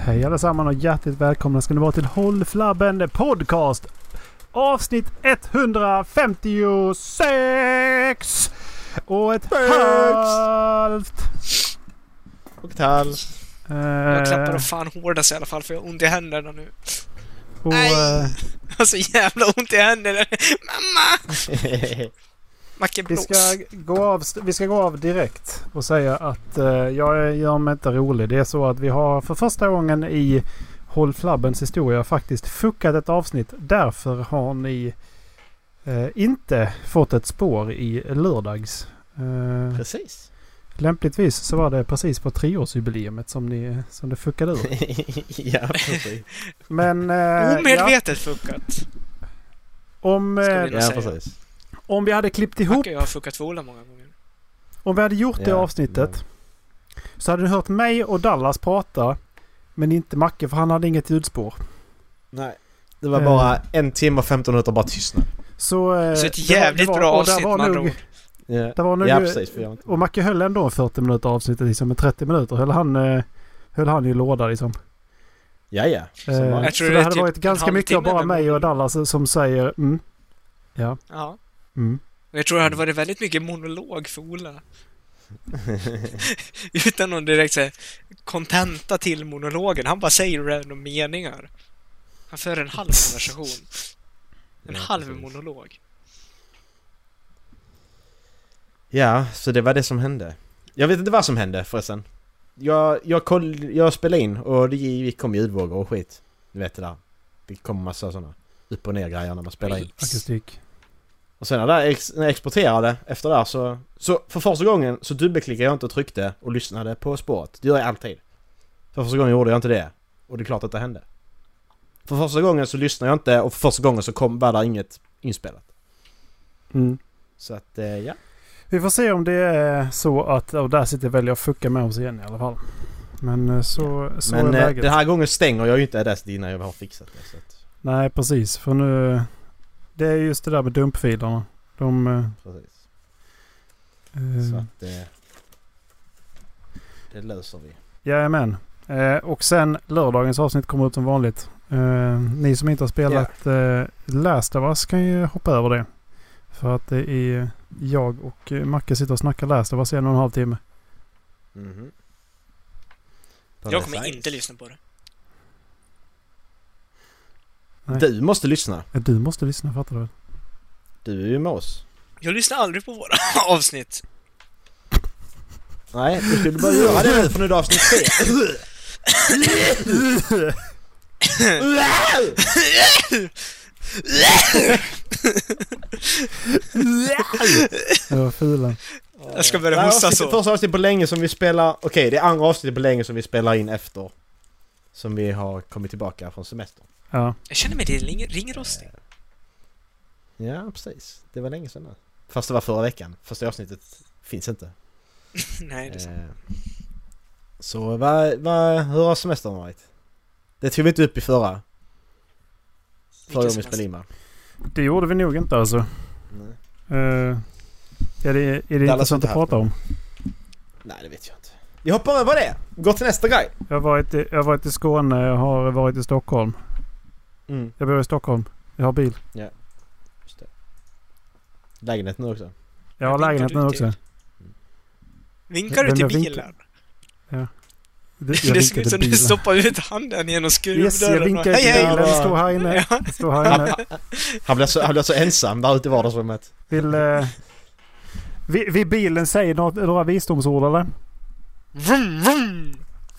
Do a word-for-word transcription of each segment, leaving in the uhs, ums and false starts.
Hej allesammans och hjärtligt välkomna ska ni vara till Håll Flabben podcast. Avsnitt etthundrafemtiosex och ett halvt. Och ett halvt. Uh, jag klappar och fan hårdast i alla fall för jag har ont i händerna nu. Och, Nej! Uh, jag har så jävla ont i händerna. Mamma! Macke vi, ska gå av, vi ska gå av direkt och säga att uh, jag gör mig inte rolig. Det är så att vi har för första gången i Håll Flabbens historia faktiskt fuckat ett avsnitt. Därför har ni uh, inte fått ett spår i lördags. Uh, Precis. Lämpligtvis så var det precis på treårsjubileumet som ni som det fuckade ur. Ja, precis. Men uh, omedvetet ja. fuckat. Om uh, ja, precis. Om vi hade klippt ihop... Jag har fuckat för Ola många gånger. Om vi hade gjort det ja, avsnittet ja. så hade du hört mig och Dallas prata, men inte Macke för han hade inget ljudspår. Nej, det var bara uh, en timme och femton minuter bara tystnad. Så, uh, så ett jävligt var, bra var, avsnitt var man nog, yeah. det var nog, ja, precis. För jag och Macke höll ändå fyrtio minuter avsnittet liksom, med trettio minuter höll han, uh, höll han i låda liksom. Ja, ja. Uh, jag tror så det, det hade typ varit ganska mycket av bara mig och Dallas som säger mm. Ja. Ja. Mm. Jag tror det hade varit väldigt mycket monolog för Ola. Utan någon direkt så här, kontenta till monologen. Han bara säger random meningar. Han för en halv konversation. En ja, halv precis. Monolog. Ja, så det var det som hände. Jag vet inte vad som hände förresten. Jag, jag, koll, jag spelade in och det gick, kom ljudvågor och skit. Du vet det där. Det kommer massa sådana upp och ner grejer när man spelar in. Akustik. Och sen när jag, ex- när jag exporterade efter det här så, så för första gången så dubbelklickade jag inte och tryckte och lyssnade på spåret. Det gör jag alltid. För första gången gjorde jag inte det. Och det är klart att det hände. För första gången så lyssnade jag inte och för första gången så kom bara inget inspelat. Mm. Så att, eh, ja. Vi får se om det är så att och där sitter väljer att fucka med oss igen i alla fall. Men så, så Men är eh, läget. den här gången stänger jag ju inte Audacity innan jag har fixat det. Så att... Nej, precis. För nu... Det är just det där med dumpfilerna. De... Precis. Uh, så att det... Det löser vi. Jajamän. Uh, och sen lördagens avsnitt kommer ut som vanligt. Uh, ni som inte har spelat yeah. uh, Last of Us kan ju hoppa över det. För att det är jag och Macke sitter och snackar Last of Us en och en halv timme. Mm-hmm. Jag kommer inte lyssna på det. Nej. Du måste lyssna. Du måste lyssna, fattar du? Du är ju med oss. Jag lyssnar aldrig på våra avsnitt. Nej, du skulle bara göra det nu för nu är det avsnitt tre. Det var filen. Jag ska börja hosta så. Det första avsnitt på länge som vi spelar... Okej, okay, det är andra avsnitt på länge som vi spelar in efter. Som vi har kommit tillbaka från semestern. Ja. Jag känner mig det ring, ringrostig. Ja, precis. Det var länge sedan nu. Fast det var förra veckan. Första avsnittet finns inte. Nej, det är sant. Så vad, vad, hur har semestern varit? Det tog vi inte upp i förra. Förra gången vi spelade in. Det gjorde vi nog inte alltså. Nej. Uh, är det, är det intressant att prata om? Nej, det vet jag inte. Vi hoppar över det. Gå till nästa grej. Jag har varit i, jag har varit i Skåne, jag har varit i Stockholm. Mm. Jag bor i Stockholm. Jag har bil. Ja. Just det. Lägenhet nu också. Jag har lägenhet nu också. Mm. Vinkar du till bilen? Ja. Det ser ut som du stoppar ut handen genom skruvdörren. Yes, jag vinkar till bilen. Jag står här inne. Ja. Jag står här inne. Han blev så, han blev så ensam där ute i vardagsrummet. Vill, eh, vill, vill bilen säga något, några visdomsord eller? Vroom, vroom.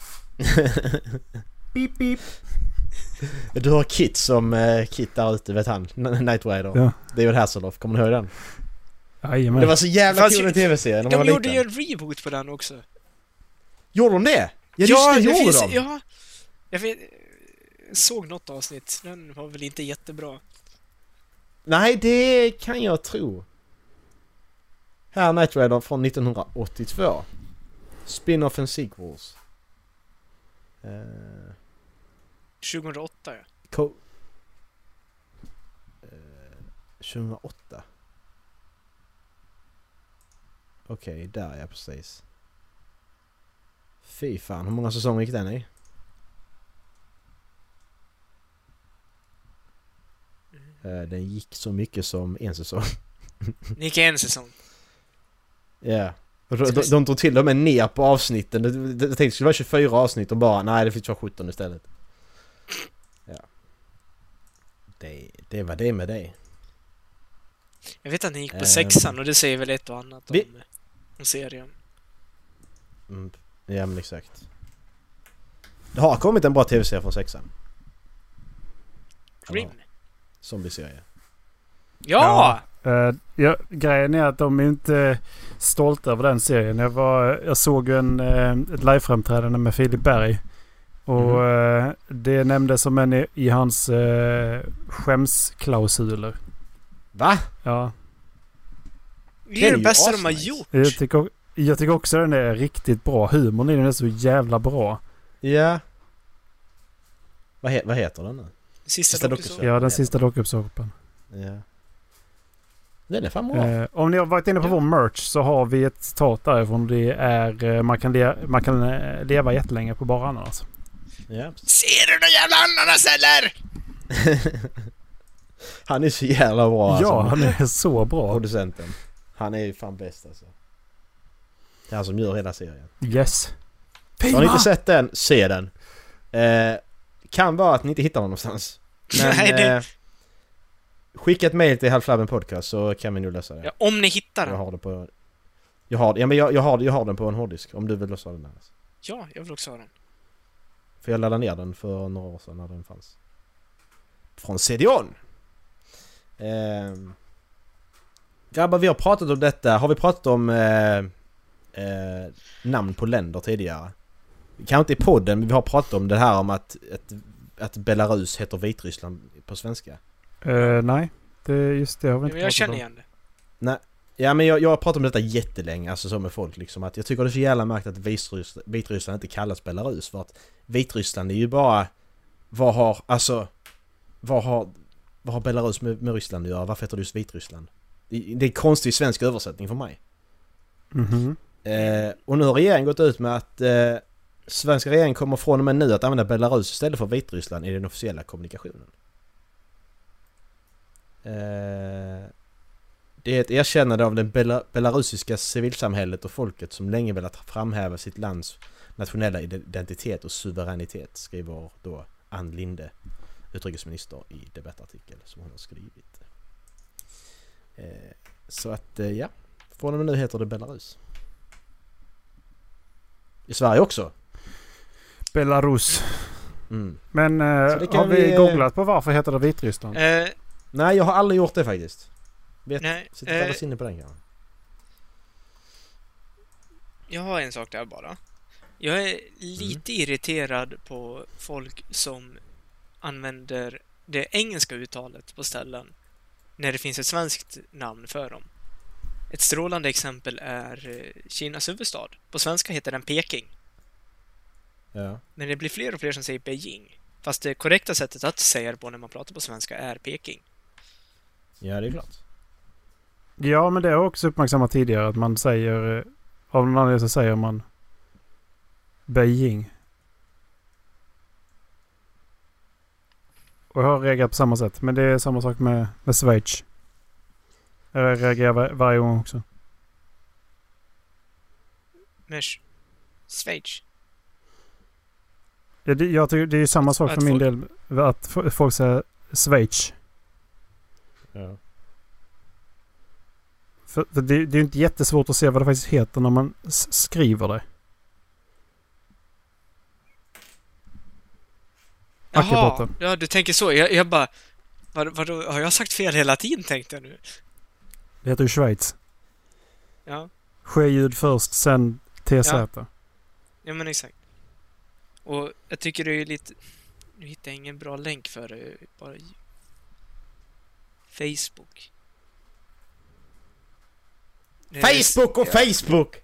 Beep, beep. Du har Kit som eh, Kit där ute, vet han. Night Rider. Ja. David Hasselhoff, kommer du ihåg den? Jajamän. Det var så jävla kul i tv-serien. De gjorde ju en reboot på den också. Gjorde de det? Ja, ja det gjorde finns, de. Ja, jag vet, såg något avsnitt. Den var väl inte jättebra. Nej, det kan jag tro. Här Night Rider från nittonhundraåttiotvå. Spin-off and sequels. Uh, tjugohundraåtta, ja. Co- uh, tjugohundraåtta. Okej, okay, där är jag precis. Fy fan, hur många säsonger gick den i? Uh, den gick så mycket som en säsong. Det gick en säsong. Ja. Yeah. De, de, de tog till och med ner på avsnitten. Jag tänkte att det skulle vara tjugofyra avsnitt och bara, nej det fick vara sjutton istället. Ja. Det, det var det med det. Jag vet att den gick på um, sexan och det säger väl ett och annat om, vi, om serien. Mm, ja men exakt. Det har kommit en bra tv-serie från sexan. Grim. Zombie-serie. Ja! ja, uh, ja! Grejen är att de är inte stolta över den serien. Jag, var, jag såg en, uh, ett live-framträdande med Philip Berg. Och mm. uh, det nämndes som en i, i hans uh, skämsklausuler. Va? Ja. Det är det, det bästa de har gjort. Jag tycker, jag tycker också den är riktigt bra. Humorn i den är så jävla bra. Ja. Vad, he- vad heter den nu? Sista, sista dokusåpan. Ja, den sista dokusåpan. Ja. Den är fan bra. Eh, om ni har varit inne på ja. vår merch så har vi ett citat därifrån. Det är man kan, le- man kan leva jättelänge på bara ananas. Ja. Ser du den jävla ananas eller? Han är så jävla bra alltså. Ja, han är så bra. Producenten. Han är ju fan bäst alltså. Det är han som gör hela serien. Yes. Har ni inte sett den? Se den. Eh, kan vara att ni inte hittar den någonstans. Men Nej, det... eh, skicka ett mail till Halflabben Podcast så kan vi nu lösa det. Ja, om ni hittar den. Jag har det på... Jag har, ja, men jag, jag, har, jag har den på en hårddisk om du vill lösa den här. Ja, jag vill också ha den. För jag laddade ner den för några år sedan när den fanns. Från C D-on. Eh, grabbar, vi har pratat om detta. Har vi pratat om eh, eh, namn på länder tidigare? Kanske inte i podden, men vi har pratat om det här om att, att, att Belarus heter Vitryssland på svenska. Uh, nej, det, just det har vi inte jag pratat känner om. igen det. Nej. Ja, men jag, jag har pratat om detta jättelänge, alltså så med folk liksom, att jag tycker det är så jävla märkt att Vitryssland, Vitryssland inte kallas Belarus, för att Vitryssland är ju bara, vad har, alltså, vad har, vad har Belarus med, med Ryssland att göra? Varför heter det just Vitryssland? Det, det är en konstig svensk översättning för mig. Mhm. Eh, och nu har regeringen gått ut med att eh, svenska regeringen kommer från och med nu att använda Belarus istället för Vitryssland i den officiella kommunikationen. Eh, det är ett erkännande av det bela- belarusiska civilsamhället och folket som länge velat framhäva sitt lands nationella identitet och suveränitet, skriver då Ann Linde, utrikesminister, i debattartikel som hon har skrivit. Eh, så att eh, ja, från och med nu heter det Belarus. I Sverige också. Belarus. Mm. Men eh, har vi, vi googlat på varför heter det Vitryssland? Eh, Nej, jag har aldrig gjort det faktiskt. Vet, nej, sitter eh, alldeles inne på den kanske. Jag har en sak där bara. Jag är lite mm. irriterad på folk som använder det engelska uttalet på ställen när det finns ett svenskt namn för dem. Ett strålande exempel är Kinas huvudstad. På svenska heter den Peking. Ja. Men det blir fler och fler som säger Beijing. Fast det korrekta sättet att säga det på när man pratar på svenska är Peking. Ja, det är klart. Ja, men det har också uppmärksammat tidigare att man säger, av någon anledning så säger man Beijing. Och jag har reagerat på samma sätt. Men det är samma sak med, med Schweiz. Jag reagerar var, varje gång också. Med Schweiz? Ja, det, jag tycker det är samma sak att för min folk... del. Att folk säger Schweiz. Ja. För, för det, det är ju inte jättesvårt att se vad det faktiskt heter när man s- skriver det. Jaha, ja du tänker så. Jag, jag bara... Vad, vadå, har jag sagt fel hela tiden, tänkte jag nu? Det heter ju Schweiz. Ja. Sjöljud först, sen T Z. Ja. Ja, men exakt. Och jag tycker det är lite... Nu hittar jag ingen bra länk för det. Bara... Facebook. Facebook och ja. Facebook!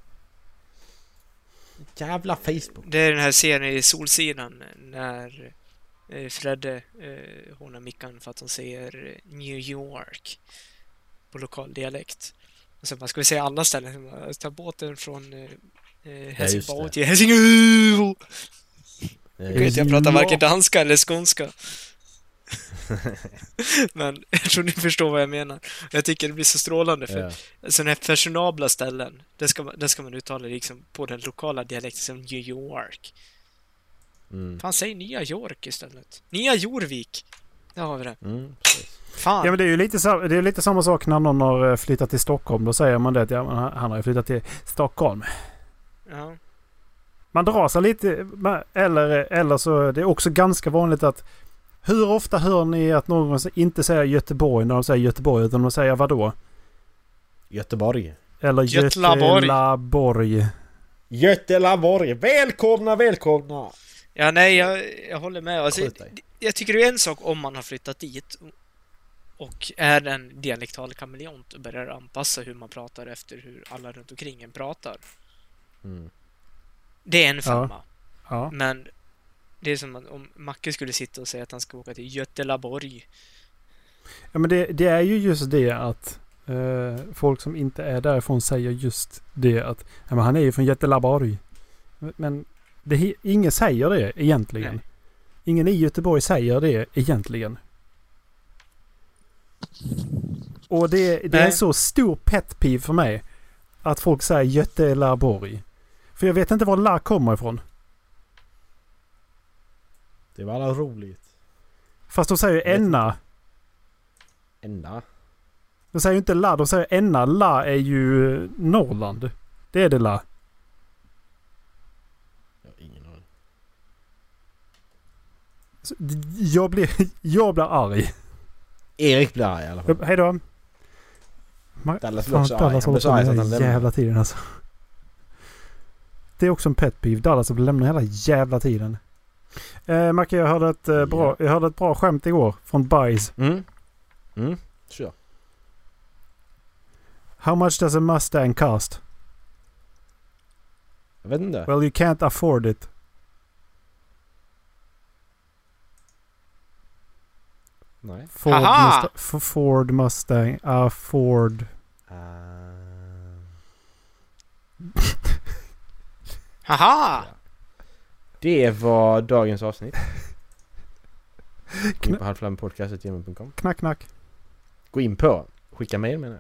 Jävla Facebook. Det är den här serien i Solsidan när eh, Fredde eh, hånar Mickan för att hon säger New York på lokal dialekt. Och sen bara, ska vi säga alla ställen? Ta båten från eh, Helsingborg ja, till Helsingör! Jag vet inte, jag pratar varken danska eller skånska. Men jag tror ni förstår vad jag menar. Jag tycker det blir så strålande för Ja. sådana här fashionabla ställen, det ska, man- det ska man uttala liksom på den lokala dialekten som New York. Mm. Fan, säg Nya York istället. Nya Jorvik. Där har vi det. Mm, precis. Fan. Ja, men det är ju lite, sa- det är lite samma sak när någon har eh, flyttat till Stockholm. Då säger man det att ja, men han han har ju flyttat till Stockholm. Ja. Man drar sig lite, eller, eller så det är också ganska vanligt att hur ofta hör ni att någon inte säger Göteborg när de säger Göteborg utan de säger vadå? Göteborg. Eller Götlaborg. Götlaborg. Götelaborg. Välkomna, välkomna! Ja, nej, jag, jag håller med. Alltså, Skjut dig. jag tycker det är en sak om man har flyttat dit och är en dialektal kameleont och börjar anpassa hur man pratar efter hur alla runt omkring en pratar. Mm. Det är en femma. Ja. Men det är som att om Macke skulle sitta och säga att han ska åka till Götelaborg. Ja, men det, det är ju just det att eh, folk som inte är därifrån säger just det att ja, men han är ju från Götelaborg. Men det, ingen säger det egentligen. Nej. Ingen i Göteborg säger det egentligen. Och det, det är Nej. en så stor pet peeve för mig att folk säger Götelaborg. För jag vet inte var la kommer ifrån. Det var alla roligt. Fast de säger ju Jag vet enna. Enda. De säger ju inte la, de säger enna. La är ju Norrland. Det är det la. Jag har ingen aning. Så Jag blir, jag blir arg. Erik blir arg i alla fall. Hej då. Dallas blir Fan, också arg. Dallas Han håller blir så på arg med så att det han här lämnar. jävla tiden alltså. Det är också en pet peeve. Dallas som lämnar hela jävla tiden. Eh, Macke, jag hörde, ett, eh, bra, jag hörde ett bra skämt igår från Bajs. Mm. Mm. Kör. How much does a Mustang cost? Jag vet inte. Well, you can't afford it. Nej. Ford, Haha! Mustang, F- Ford Mustang. Afford. Uh... Haha! Det var dagens avsnitt. Gå in Kn- på halvflammepodcastet gmail punkt com. knack, knack. Gå in på. Skicka mejl menar jag.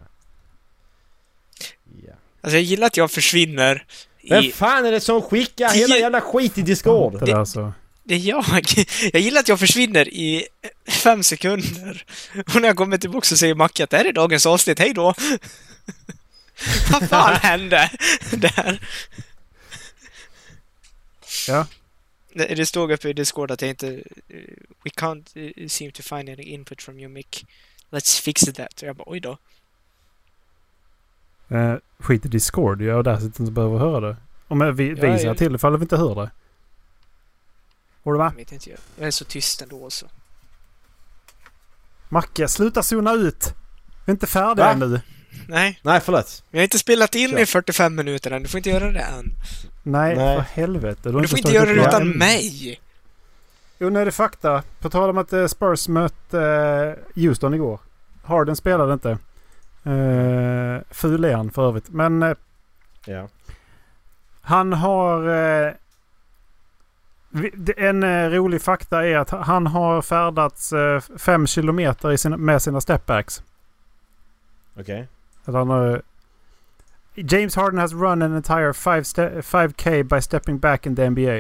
Ja. Alltså jag gillar att jag försvinner Vem i... fan är det som skickar hela Tio- jävla skit i Discord? Det där så. Det är jag. Jag gillar att jag försvinner i fem sekunder. Och när jag kommer tillbaka så säger Macke att det här är dagens avsnitt. Hej då! Vad fan hände där? Ja. Det det stod uppe i Discord att jag inte... uh, We can't uh, seem to find any input from your mic. Let's fix that. Och jag bara, oj då. Eh, skit i Discord. Jag där sitter inte behöver höra det. Om jag vi, Ja, visar jag- till ifall vi inte hör det. Får du va? Jag vet inte, jag, jag är så tyst ändå så. Macke, sluta zona ut! Vi är inte färdiga Va? ännu. Nej, Nej, förlåt. vi har inte spelat in Kör. i fyrtiofem minuter än. Du får inte göra det än. Nej, Nej. för helvete. Du får inte startat göra upp det några utan ämnen. mig! Onödig fakta. På tal om att eh, Spurs mötte eh, Houston igår. Harden spelade inte. Eh, ful är han för övrigt. Men eh, Ja. han har... Eh, vi- det- en eh, rolig fakta är att han har färdats eh, fem kilometer i sina, med sina stepbacks. Okej. Att han har... James Harden has run an entire five ste- five K by stepping back in the N B A.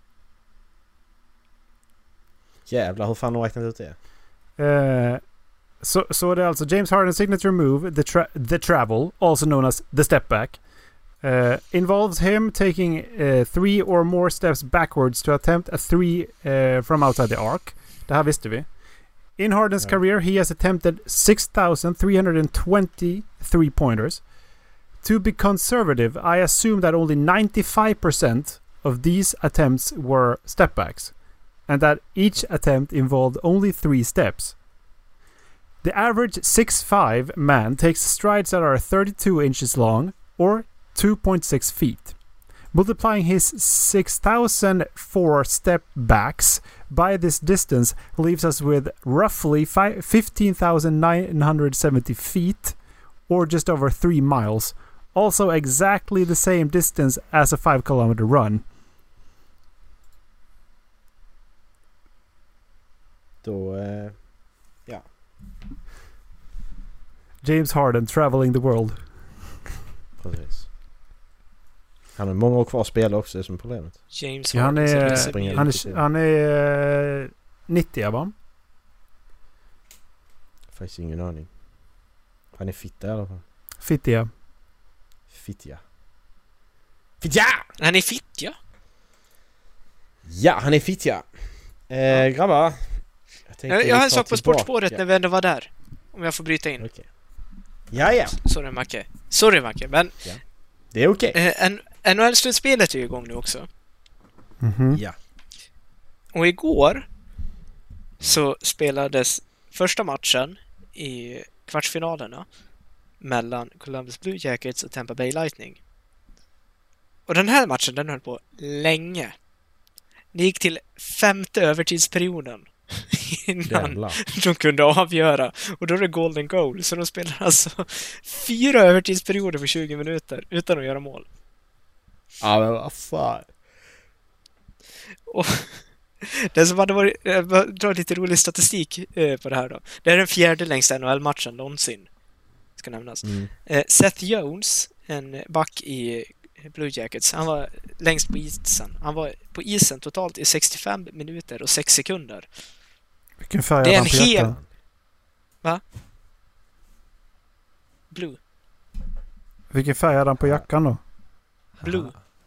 Jävlar, hur fan har de räknat ut det? Eh, så, så det är alltså James Harden's signature move, the, tra- the travel, also known as the step back, uh, involves him taking uh, three or more steps backwards to attempt a three uh, from outside the arc. Det här visste vi. In Harden's Ja. career, he has attempted six thousand three hundred twenty three-pointers. To be conservative, I assume that only ninety-five percent of these attempts were step backs, and that each attempt involved only three steps. The average six five man takes strides that are thirty-two inches long, or two point six feet. Multiplying his six thousand four step backs by this distance leaves us with roughly fifteen thousand nine hundred seventy feet, or just over three miles. Also exactly the same distance as a five kilometer run. Då... Eh, James Harden traveling the world. Precis. Han har många år kvar att spela också, det är som problemet. James Ja, han Harden är, ser ut han som- är, han är eh, nittio, va? Faktiskt ingen aning. Han är fitta i alla fall. Fittiga. Fittja. Fittja! Han är fitt, ja. Ja, han är fittja. Eh, grabbar. tänkte Jag, jag har en ta sak på tillbaka- sportspåret när vi ändå var där. Om jag får bryta in. Okej. Ja, ja. Sorry Macke. Sorry Macke, men Det är okej. eh, en- N H L-slutspelet är ju igång nu också. Mhm. Ja. Och igår så spelades första matchen i kvartsfinalerna mellan Columbus Blue Jackets och Tampa Bay Lightning. Och den här matchen, den höll på länge. Det gick till femte övertidsperioden innan Jävlar. de kunde avgöra. Och då är det golden goal. Så de spelar alltså fyra övertidsperioder för tjugo minuter utan att göra mål. Ja, men vad fan. Och det som hade varit... Jag drar lite rolig statistik eh, på det här då. Det är den fjärde längsta N H L-matchen någonsin. Ska nämnas. Mm. Eh, Seth Jones, en back i Blue Jackets, han var längst på isen. Han var på isen totalt i sextiofem minuter och sex sekunder. Vilken färg Det är hade en han på hel- jackan? Blue. Vilken färg hade han på jackan då? Blue.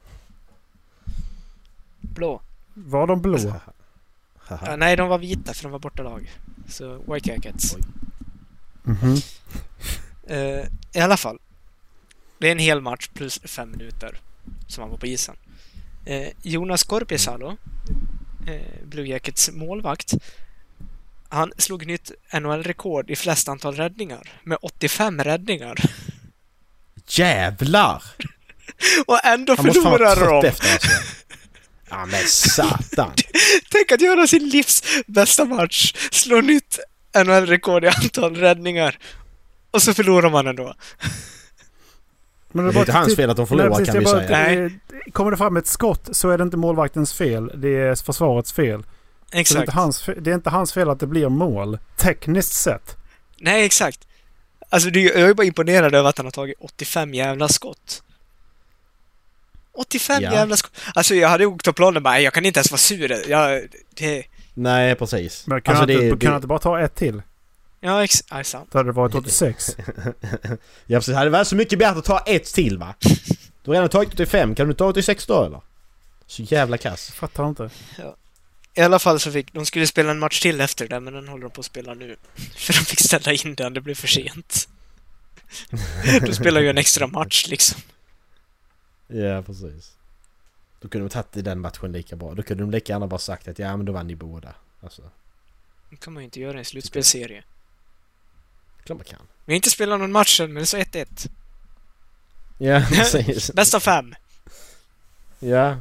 Blå. Var de blå? Haha. Ja, nej, de var vita för de var bortalag. Så White Jackets. Oj. Mhm. Eh, I alla fall. Det är en hel match plus fem minuter som han var på isen. Eh, Jonas Korpisalo, eh, Blue Jackets målvakt, han slog nytt N H L-rekord i flest antal räddningar med åttiofem räddningar. Jävlar! Och ändå Han måste fan vara förlorar trött de. efter alltså. Ja men satan. Tänk att göra sin livs bästa match, slå nytt N H L-rekord i antal räddningar och så förlorar man ändå. Men Det är inte hans fel att de förlorar, Nej, precis, kan vi det är bara säga. att det- Kommer det fram ett skott så är det inte målvaktens fel. Det är försvarets fel. Så det, är Exakt. inte hans, fe- det är inte hans fel att det blir mål. Tekniskt sett. Nej, exakt. Alltså, det, jag är bara imponerad över att han har tagit åttiofem jävla skott. åttiofem Ja. jävla skott. Alltså, jag hade åkt på planen och bara, jag kan inte ens vara sur. Jag, det, Nej precis. Men kan, Alltså, han, inte, det- kan det- han inte bara ta ett till? ja, ex, ja, sant. Då hade det varit åttiosex. Ja precis. Det hade varit så mycket bättre att ta ett till va? Du har redan tagit åttiofem. Kan du ta åttiosex då eller? Så jävla kass. Fattar inte. I alla fall så fick de skulle spela en match till efter det, men den håller de på att spela nu. För de fick ställa in den, det blev för sent. Då spelar ju en extra match liksom. Ja precis. Då kunde de tagit i den matchen lika bra. Då kunde de lika gärna bara sagt att ja men då vann ni båda. Alltså, Det kan man ju inte göra i en slutspelserie. klart man kan. Vi har inte spelat någon match än, men det är så ett ett. Ja precis. Bäst av fem. Ja.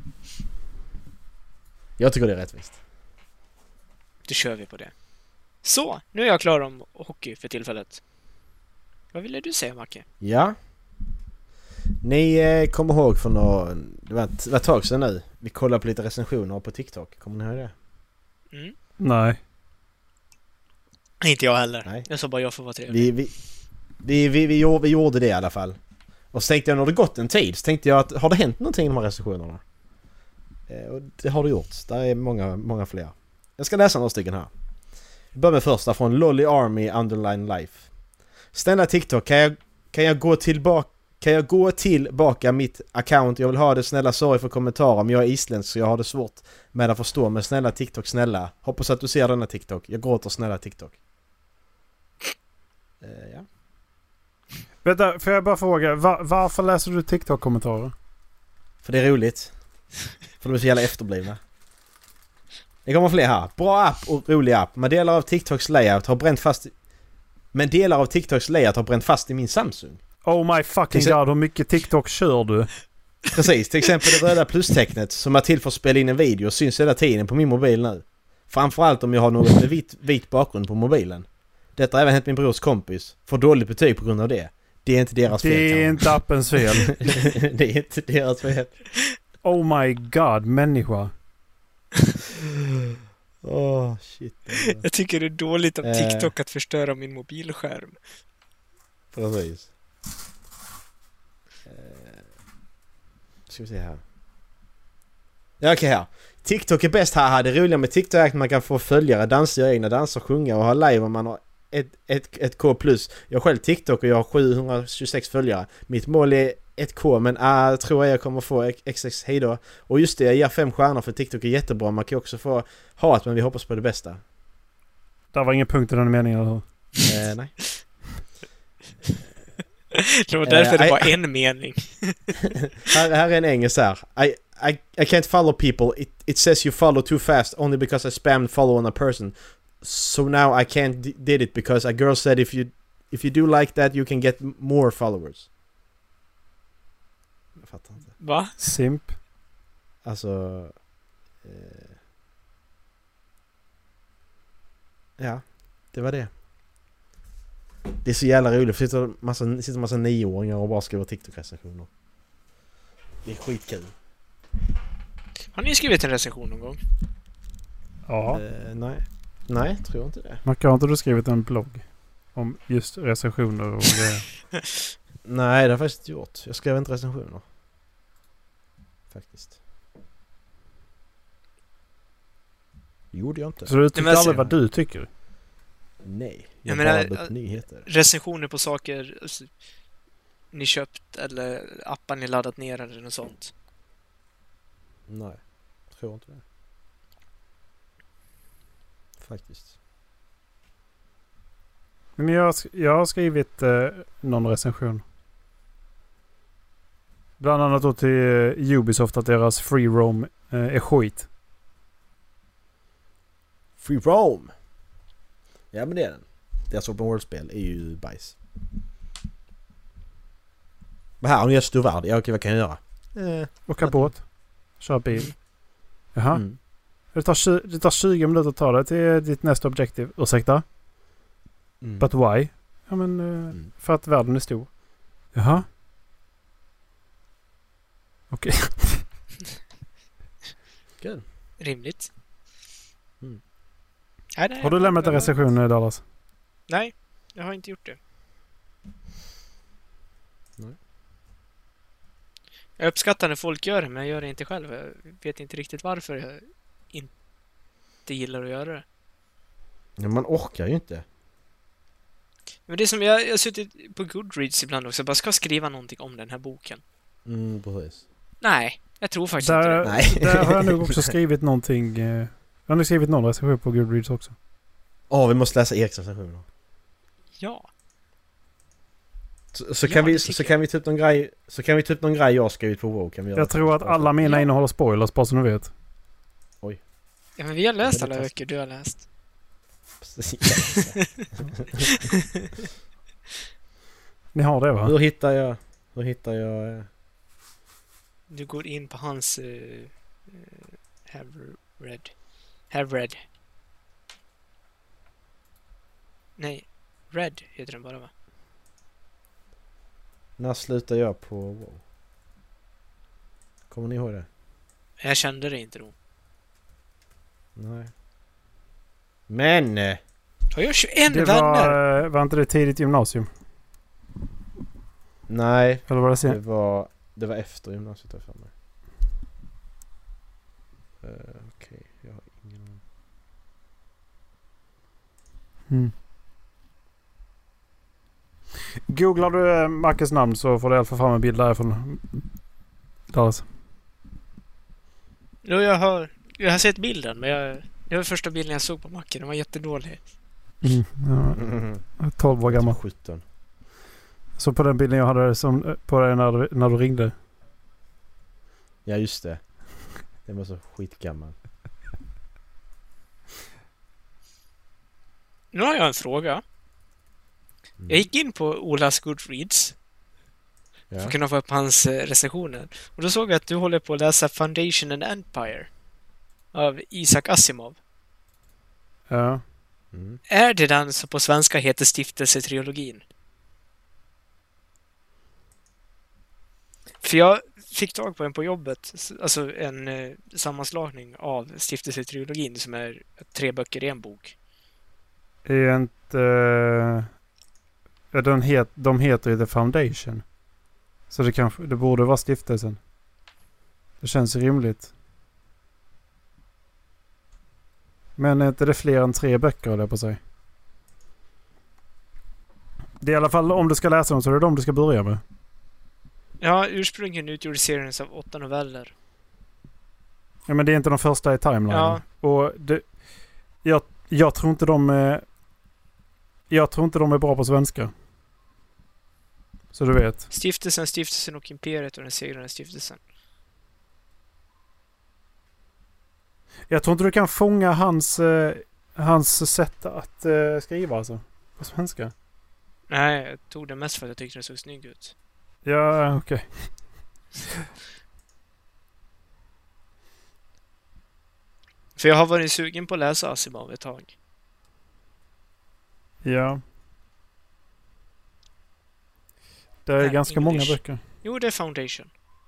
Jag tycker det är rättvist. Då kör vi på det. Så, nu är jag klar om hockey för tillfället. Vad ville du säga, Macke? Ja. Ni eh, kommer ihåg för någon... Det var ett, det var ett tag sedan nu. Vi kollade på lite recensioner på TikTok. Kommer ni ihåg det? Mm. Nej. Inte jag heller. Nej. Jag sa bara jag får vara trevlig. Vi, vi, vi, vi, vi, gjorde, vi gjorde det i alla fall. Och så tänkte jag, när det gått en tid, så tänkte jag att har det hänt någonting i de här recensionerna? Eh, och det har det gjort. Där är många, många fler. Jag ska läsa några stycken här. Vi börjar med första från Lolly Army Underline Life. Snälla TikTok, kan jag, kan jag gå tillbaka Kan jag gå tillbaka mitt account? Jag vill ha det. Snälla, sorry för kommentarer, men jag är isländsk så jag har det svårt med att förstå. Men snälla TikTok, snälla. Hoppas att du ser denna TikTok. Jag gråter, snälla TikTok. Eh, ja. Vänta, får jag bara fråga. Va- varför läser du TikTok-kommentarer? För det är roligt. För de är så jävla efterblivna. Det kommer fler här. Bra app och rolig app. Men delar av TikToks layout har bränt fast... Men delar av TikToks layout har bränt fast i min Samsung. Oh my fucking Till- god, hur mycket TikTok kör du? Precis, till exempel det röda plustecknet som är till för att spela in en video syns hela tiden på min mobil nu. Framförallt om jag har något med vit, vit bakgrund på mobilen. Detta har även hänt min brors kompis. Får dåligt betyg på grund av det. Det är inte deras fel. Det är kan inte appens fel. man- det är inte deras fel. Oh my god, människa. Åh, oh, shit. Jag tycker det är dåligt av Eh. TikTok att förstöra min mobilskärm. Precis. Eh. Ska vi se här. Ja, okej här. TikTok är bäst här. Det roliga med TikTok är att man kan få följare, dansa, göra egna danser, sjunga och ha live om man har ett, ett, ett K plus. Jag har själv TikTok och jag har sjuhundratjugosex följare. Mitt mål är ett K, men äh, jag tror jag kommer få X X. Hej då. Och just det, jag ger fem stjärnor för TikTok är jättebra. Man kan också få hat, men vi hoppas på det bästa. Det var ingen punkt i den meningen, eller hur? Eh, nej. Det var därför Eh, det I- var en mening. här, här är en engelsk här. I, I, I can't follow people. It, it says you follow too fast only because I spammed follow on a person. So now I can't d- did it because a girl said if you if you do like that you can get m- more followers. Jag fattar inte. Va? Simp. Alltså... Eh, ja, det var det. Det är så jävla roligt. Det sitter massa, sitter massa nioåringar och bara skriver TikTok-recensioner. Det är skitkul. Har ni skrivit en recension någon gång? Ja. Eh, nej. Nej, tror jag inte det. Macke, har inte du skrivit en blogg om just recensioner och grejer? Nej, det har jag faktiskt inte gjort. Jag skrev inte recensioner. Faktiskt. Gjorde jag inte. Så du tycker men aldrig alltså- vad du tycker? Nej. Jag Jag menar, bara bara äh, nyheter. Recensioner på saker alltså, ni köpt eller appar ni laddat ner eller något sånt? Nej, tror inte det. Faktiskt. Men jag, har sk- jag har skrivit eh, någon recension. Bland annat då till eh, Ubisoft att deras free roam eh, är skit. Free roam! Ja, men det är den. Deras open world-spel är ju bajs. Men här har ni en stor värld. Ja, okej, vad kan jag göra? Eh, Åka båt. Köra bil. Jaha. mm. Det, tar tjugo, det tar tjugo minuter att ta dig till ditt nästa objektiv. Ursäkta? Mm. But why? Ja men eh, Mm. för att världen är stor. Jaha. Okej. Good. Rimligt. Mm. Nej, nej, Har du lämnat en jag- recension eh, Dallas? Nej, jag har inte gjort det. Nej. Jag uppskattar när folk gör det, men jag gör det inte själv. Jag vet inte riktigt varför jag inte gillar att göra det. Ja, man orkar ju inte. Men det är som jag, jag har suttit på Goodreads ibland också. Jag bara ska skriva någonting om den här boken. Mm, precis. Nej, jag tror faktiskt inte Där, det. Nej. där har jag nog också skrivit någonting. Eh, jag har nog skrivit någon recension på Goodreads också. Åh, vi måste läsa Eriks recensioner. Ja. Så, så, Ja, kan vi, det så, tycker kan vi ta upp någon grej Så kan vi ta upp någon grej jag har skrivit på WoW. Kan vi göra Jag det? tror att alla mina Ja. innehåller spoilers, bara så ni vet. Ja, men vi har läst Ja, det alla testar. böcker du har läst. Ni har det va? Hur hittar jag Hur hittar jag eh, Du går in på hans uh, uh, have read. Have read. Nej, Red heter den bara va? När slutar jag på WoW? Kommer ni ihåg det? Jag kände det inte då. Nej. Men eh, Har jag tjugoen Det vänner? var, eh, var inte det tidigt gymnasium? nej, Eller var det det sen? var Det var efter gymnasiet jag för mig. Uh, Okej, jag har ingen aning. Mm. Googlar du eh, Mackes namn så får du i alla fall fram en bild därifrån. Dallas. Jo, jag har, jag har sett bilden, men jag, det var första bilden jag såg på macken. Den var jättedålig. Mm. Ja, tolv år gammal. sjutton. Så på den bilden jag hade som, eh, på dig när, du- när du ringde. Ja, just det. Den var så skitgammal. Nu har jag en fråga. Mm. Jag gick in på Olas Goodreads för Ja. att kunna få upp hans eh, recensioner. Och då såg jag att du håller på att läsa Foundation and Empire av Isaac Asimov. Ja. Mm. Är det den som på svenska heter Stiftelsetrilogin? För jag fick tag på en på jobbet. Alltså en eh, sammanslagning av stiftelsetrilogin som är tre böcker i en bok. Är inte... Uh, den het, de heter ju The Foundation. Så det, kanske, det borde vara stiftelsen. Det känns rimligt. Men är inte det fler än tre böcker, eller på sig? Det är i alla fall, om du ska läsa dem så är det de du ska börja med. Ja, ursprungligen utgjorde serien av åtta noveller. Ja, men det är inte de första i timeline. Ja. Och det, jag, jag tror inte de är... Jag tror inte de är bra på svenska. Så du vet. Stiftelsen, stiftelsen och imperiet och den segrande stiftelsen. Jag tror inte du kan fånga hans, eh, hans sätt att eh, skriva alltså. På svenska. Nej, jag tog det mest för att jag tyckte det såg snygg ut. Ja, okej. Okay. För jag har varit sugen på att läsa Asimov ett tag. Ja. Det är Nej, ganska English. många böcker. Jo, det är Foundation.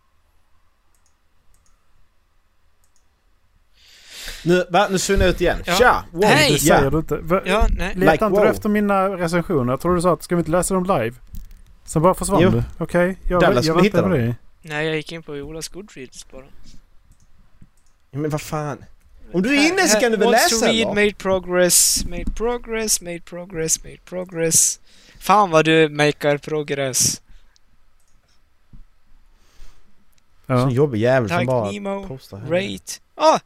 Nu, va? Nu svinner jag ut igen. Ja. Tja! Wow. Hej! Det säger Ja. du inte. Va, Ja, nej. letar Like, inte wow. du efter mina recensioner? Jag tror du sa att ska vi inte läsa dem live? Sen bara försvann Jo. du. Okej, okay. jag, Dallas, jag vi väntar hittar på dem. det. Nej, jag gick in på Olas Goodreads bara. Men vad fan? Om du är inne så kan du väl Wants läsa to read, eller? made progress, made progress, made progress, made progress. Fan vad du makar progress. Ja. Så jobbig jävel som Like bara Nemo, postar här. rate. Ah!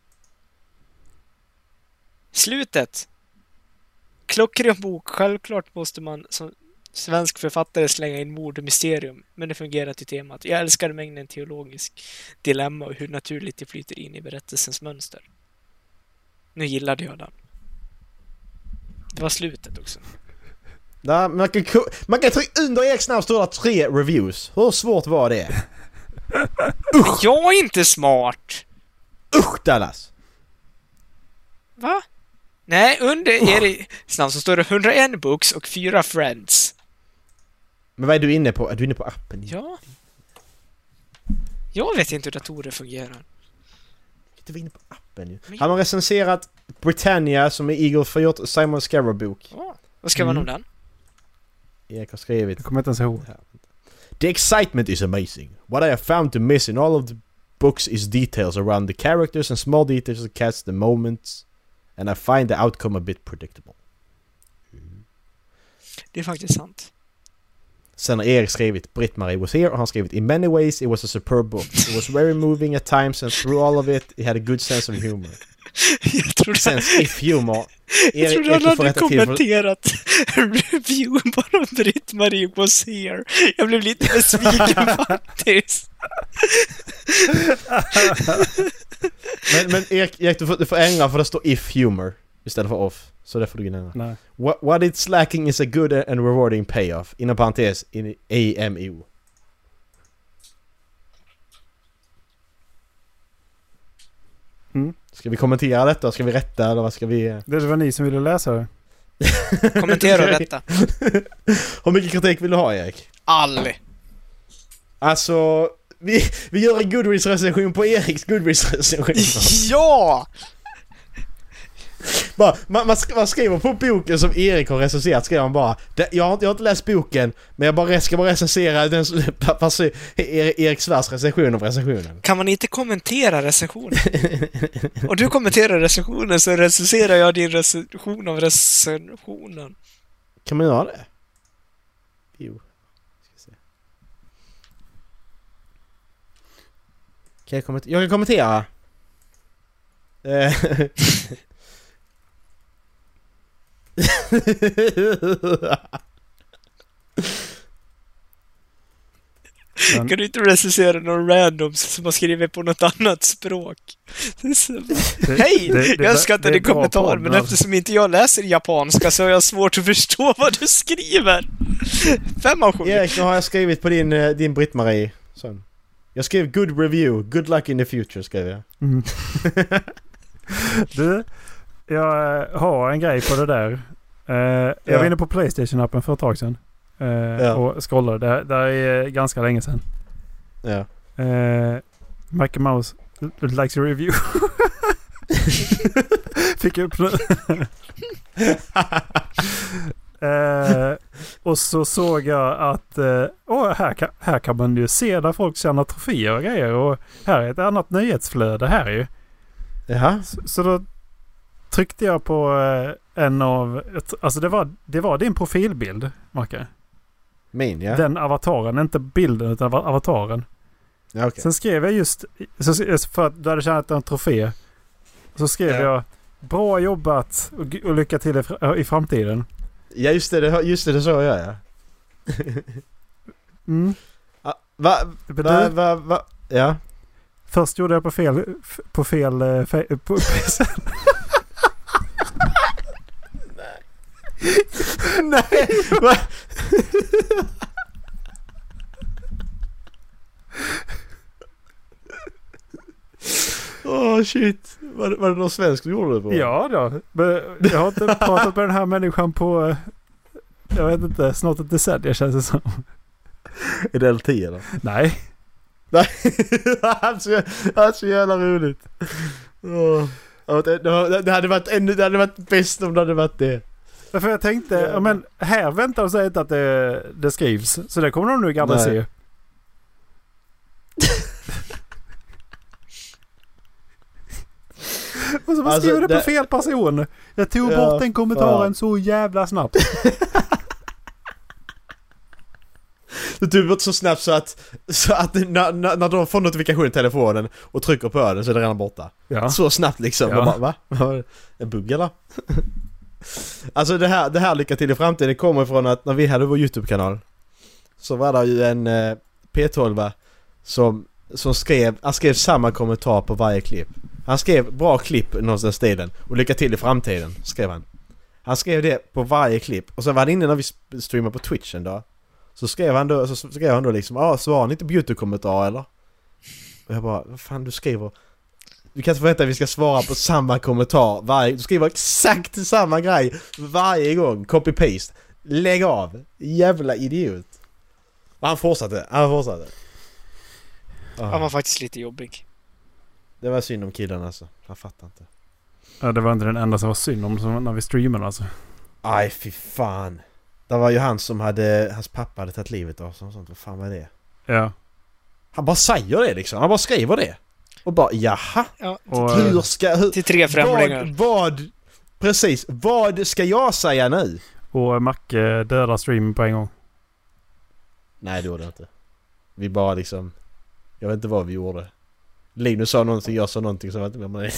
Slutet. Klockren bok. Självklart måste man som svensk författare slänga in mord och mysterium. Men det fungerar till temat. Jag älskar mängden teologisk dilemma och hur naturligt det flyter in i berättelsens mönster. Nu gillade jag den. Det var slutet också. Ja, man kan, man kan trycka under Eriks namn står det tre reviews. Hur svårt var det? Usch. Jag är inte smart! Usch Dallas! Va? Nej, under Eriks namn så står det hundraen books och fyra friends. Men vad är du inne på? Är du inne på appen? Ja. Jag vet inte hur datorer fungerar. Du var inne på appen ju. Men- Han har recenserat Britannia som är Eagle Fyrd och Simon Scarrow-bok. Ja. Vad ska man Mm. om den? Erik har skrivit. Jag kommer inte ens ihåg. The excitement is amazing. What I have found to miss in all of the books is details around the characters and small details that catch the moments. And I find the outcome a bit predictable. Det är faktiskt sant. Sen har Erik skrivit Britt-Marie was here och han har skrivit In many ways it was a superb book. It was very moving at times and through all of it it had a good sense of humor. Jag trodde, Sense if humor. jag trodde Erik, han du får hade rätta till för- kommenterat reviewen bara Britt-Marie was here. Jag blev lite besviken faktiskt. Men, men Erik, Erik du, får, du får ändra för det står if humor istället för off. Så det får du ändra. Nej. What, what it's lacking is a good and rewarding payoff. Inom parentes in A M O. Mm. Ska vi kommentera detta? Ska vi rätta eller vad ska vi... Det var ni som ville läsa det. Kommentera detta. Hur mycket kritik vill du ha, Erik? Aldrig. Alltså, vi, vi gör en Goodreads-recension på Eriks Goodreads-recension. Ja! Bara, man, man, sk- man skriver på boken som Erik har recenserat, skriver man bara det, jag, har, inte- jag har inte läst boken, men jag bara, ska bara recensera den, alltså, Erik Svärds recension av recensionen. Kan man inte kommentera recensionen? Och du kommenterar recensionen så recenserar jag din recension av recensionen. Kan man göra det? Jo. Ska se. Kan jag, kommentera? jag kan kommentera. Eh. Men, Kan du inte recensera någon randoms som har skrivit på något annat språk? det, Hej! det- det- Jag uppskattar det är din bra kommentar, podd, men alltså. eftersom inte jag läser japanska så har jag svårt att förstå vad du skriver. Fem av sju. Erik, nu har jag skrivit på din, eh, din Britt-Marie. Sån. Jag skrev good review, good luck in the future skrev jag. Mm. Du, jag eh, har en grej på det där. Eh, jag Ja. var inne på PlayStation-appen för ett tag sedan. Eh, Ja. Och scrollade. Det, det är ganska länge sedan. Ja. Uh, Mickey Mouse likes your review. Fick jag upp nu. uh, och så såg jag att uh, oh, här, kan, här kan man ju se där folk tjänar troféer och grejer. Och här är ett annat nyhetsflöde här ju. Jaha. Så, så då tryckte jag på uh, en av... Alltså det var, det var din profilbild, Macke. Min, ja. Den avataren, inte bilden utan avataren. Ja, okay. Sen skrev jag just, så, för att du hade tjänat en trofé, så skrev ja. jag bra jobbat och, och lycka till i, i framtiden. Ja, just det, just det, det så jag ja. mm. ah, va, va, va, va, ja. Först gjorde jag på fel, på fel, fe, på, Nej. Nej, va? Åh oh, shit. Var, var det någon svensk du gjorde det på? Ja då. Men jag har inte pratat med den här människan på, jag vet inte, snart ett decennium känns det som. Är det L T eller? Nej. Nej. alltså, alltså jävla roligt. Oh. Det, det hade varit ännu, det hade varit bäst om det hade varit det. Därför jag tänkte, ja. Ja, men här väntar de sig inte att det, det skrivs. Så det kommer de nog aldrig se. Och så man alltså, skriver det på det... fel person. Jag tog ja, bort den kommentaren fan. så jävla snabbt. Du tog bort så snabbt så att, så att när, när, när de får notifikation i telefonen och trycker på den så är det redan borta. Ja. Så snabbt liksom. Ja. Bara, va? En bugg eller? Alltså det här, det här lycka till i framtiden kommer från att när vi hade vår YouTube-kanal så var det ju en eh, P tolv som, som skrev, han skrev samma kommentar på varje klipp. Han skrev bra klipp någonstans stilen och lycka till i framtiden, skrev han. Han skrev det på varje klipp och så var det inne när vi streamade på Twitch en dag. Så skrev han då, så skrev han då liksom, ja, ah, svarar ni inte på YouTube-kommentar eller? Och jag bara, vad fan du skriver? Du kan inte förvänta att vi ska svara på samma kommentar varje, du skriver exakt samma grej varje gång, copy-paste. Lägg av, jävla idiot. Och han fortsatte, han fortsatte. Oh. Han var faktiskt lite jobbig. Det var synd om killen alltså, jag fattar inte. Ja, det var inte den enda som var synd om som när vi streamade alltså. Aj, fy fan. Det var ju han som hade, hans pappa hade tagit livet av sånt, vad fan var det? Ja. Han bara säger det liksom, han bara skriver det. Och bara, jaha? Ja, och, hur ska... Hur, till tre främlingar. Vad, vad... Precis, vad ska jag säga nu? Och Macke dödar streamen på en gång. Nej, det gjorde jag inte. Vi bara liksom... Jag vet inte vad vi gjorde. Linus sa någonting, jag sa någonting som jag inte med mig.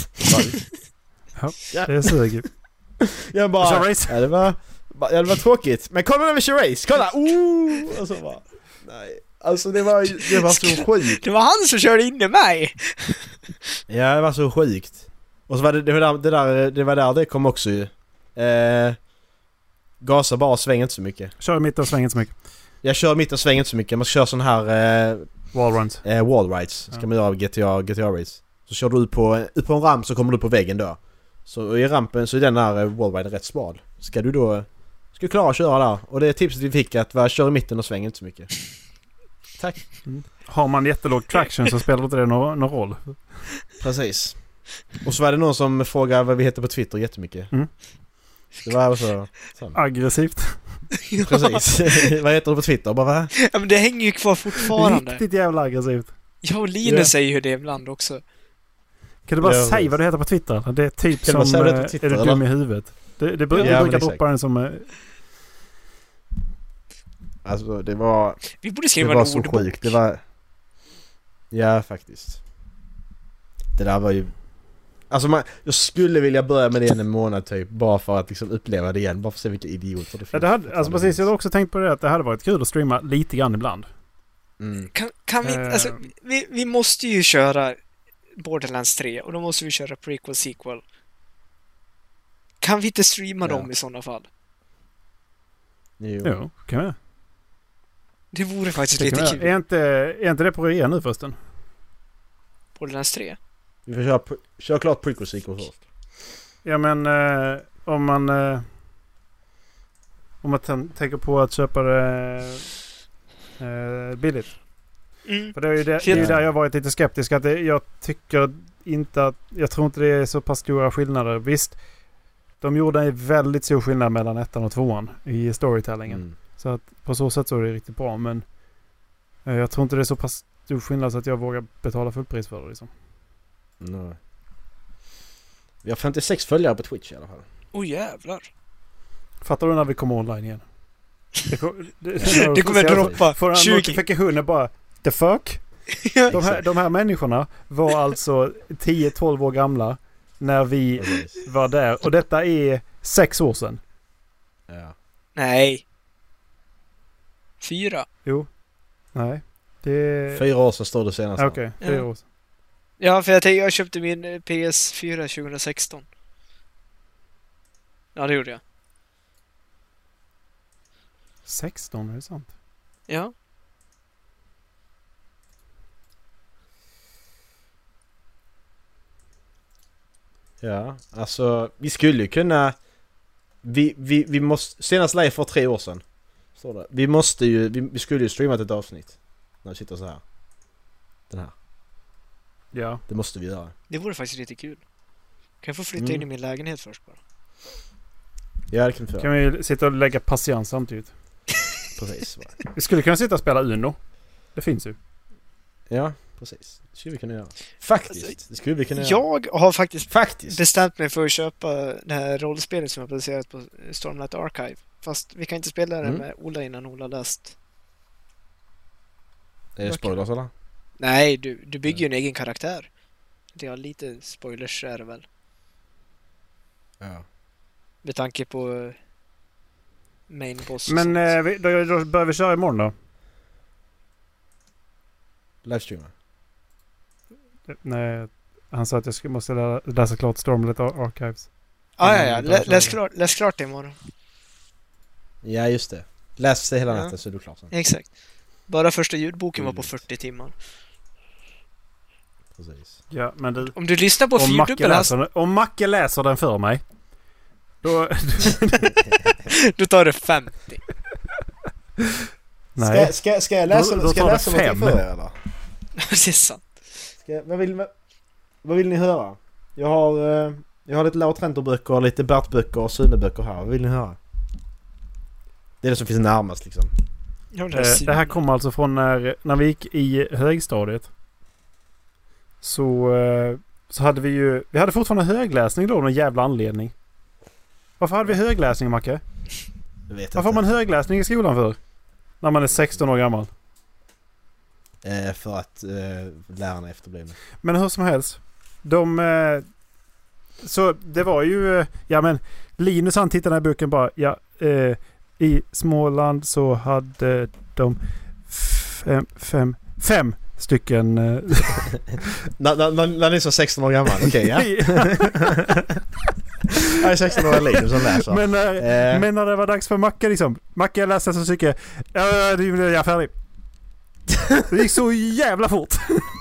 Ja, det är suger. Jag bara... Ja, det var... Ja, det var tråkigt. Men kolla när vi kör race, kolla! Oh! Och så bara... Nej. Alltså det var, det var så sjukt. Det var han som körde in i mig. Ja, det var så sjukt. Och så var det det, var där, det, där, det var där det kom också ju. Eh, gasa bara, svänger inte så mycket. Kör i mitten och svänger inte så mycket. Jag kör mitt och svänger inte så mycket. Man kör sån här... Eh, wall runs. Eh, wall rides. Ska ja. man göra G T A, G T A race. Så kör du ut på, ut på en ramp så kommer du på väggen då. Så i rampen så är den där wall ride rätt smal. Ska du då... Ska du klara att köra där. Och det är tipset vi fick att var, kör i mitten och svänger inte så mycket. Tack. Mm. Har man jättelåg traction så spelar inte det någon, någon roll. Precis. Och så var det någon som frågade vad vi heter på Twitter jättemycket. Mm. Det var också så. Aggressivt. Precis. Vad heter du på Twitter? Bara, va? Ja, men det hänger ju kvar fortfarande. Riktigt jävla aggressivt. Ja, och Linus yeah. säger ju det ibland också. Kan du bara ja, säga vad du heter på Twitter? Det är typ kan som, är Twitter, du dum i huvudet? Det, det, det ja, brukar droppa den som... Alltså, det var... Vi borde skriva det var en så ordbok. sjukt. Det var... Ja, faktiskt. Det där var ju... Alltså, man, jag skulle vilja börja med det en månad typ. Bara för att liksom uppleva det igen. Bara för att se vilka idioter det finns. Ja, det hade, alltså precis, jag hade också tänkt på det att det hade varit kul att streama lite grann ibland. Mm. Kan, kan vi... Uh, alltså, vi, vi måste ju köra Borderlands tre. Och då måste vi köra prequel, sequel. Kan vi inte streama ja. dem i sådana fall? Jo. Jo, kan vi. Det vore faktiskt det lite kul. Är inte, är inte det på rea nu förresten? Borderlands tre? Vi får köra, köra klart prequel sequel först. Ja, men eh, om man eh, om man t- tänker på att köpa det eh, billigt Mm. För det är ju det, det är ju där jag varit lite skeptisk. Att det, jag tycker inte att... Jag tror inte det är så pass stora skillnader. Visst, de gjorde en väldigt stor skillnad mellan ettan och tvåan i storytellingen. Mm. Så att på så sätt så är det riktigt bra. Men eh, jag tror inte det är så pass stor skillnad så att jag vågar betala fullpris för det. Liksom. Nej. Vi har femtiosex följare på Twitch i alla fall. Åh oh, jävlar. Fattar du när vi kommer online igen? Det, kom, det, det kommer droppa för tjugo. Notifikationen bara, the fuck? De här, de här människorna var alltså tio tolv år gamla när vi var där. Och detta är sex år sedan. Ja. Nej. Fyra. Jo. Nej. Det är... Fyra år sedan står det senast. Okej, okay, fyra ja. år sedan. Ja, för jag tänkte, jag köpte min P S fyra tjugohundrasexton. Ja, det gjorde jag. sexton, är det sant? Ja. Ja, alltså vi skulle ju kunna vi, vi, vi måste senast live för tre år sedan. Står det. Vi måste ju vi, vi skulle ju streamat ett avsnitt när vi sitter så här. Den här. Ja. Det måste vi göra. Det vore faktiskt riktigt kul. Kan jag få flytta Mm. in i min lägenhet först bara? Ja, det kan vi få. Kan vi sitta och lägga patiens samtidigt? Precis. Vi skulle kunna sitta och spela Uno. Det finns ju. Ja, precis. Det skulle vi kunna göra. Faktiskt. Det skulle vi kunna göra. Jag har faktiskt Faktiskt. bestämt mig för att köpa det här rollspelet som jag producerat på Stormlight Archive. Fast vi kan inte spela det Mm. med Ola innan Ola läst. Är det spoilers eller? Nej, du, du bygger ju en egen karaktär. Det är lite spoilers är det väl. Ja. Med tanke på eh, main boss. och Men sånt. eh, vi, då, då börjar vi köra imorgon då. Livestreamer. Nej, han sa att jag skulle, måste lä- läsa klart Stormlight Ar- Archives. ah, ja, ja. Mm, Lä, läs, klart, läs klart det imorgon. Ja, just det. Läs det hela Ja. natten så är du klar sen. Exakt. Bara första ljudboken var på Mm. fyrtio timmar. Precis. Ja, men du... Om du lyssnar på Om Macke, fyrdubbel läser, den- om Macke läser den för mig, då... då tar det femtio. Nej. Ska, ska, ska jag läsa, Då- då ska tar jag det läsa någonting fem. för er eller? Det är sant. Ska, vad, vill, vad, vad vill ni höra? Jag har, eh, jag har lite Lautrento-böcker, lite Bert-böcker och Sune-böcker här. Vad vill ni höra? Det är det som finns närmast liksom. Ja, det, Eh, här det här kommer alltså från när, när vi gick i högstadiet. Så, eh, så hade vi ju... Vi hade fortfarande högläsning då, någon jävla anledning. Varför hade vi högläsning, Macke? Jag vet Varför har inte. man högläsning i skolan för? När man är sexton år gammal. Eh, för att eh, lärarna är efterblivna. Men hur som helst. De... Eh, så det var ju... Eh, ja men Linus han tittade i boken bara... Ja, eh, i Småland så hade de fem... Fem, fem stycken... Eh, När, när, när, när ni är så sexton år gammal, okej ja? Jag är sexton år liv som läser. men, när, Eh. men när det var dags för Macke liksom. Macke jag läste så stycke. Ja, det är jag färdig. Det gick så jävla fort.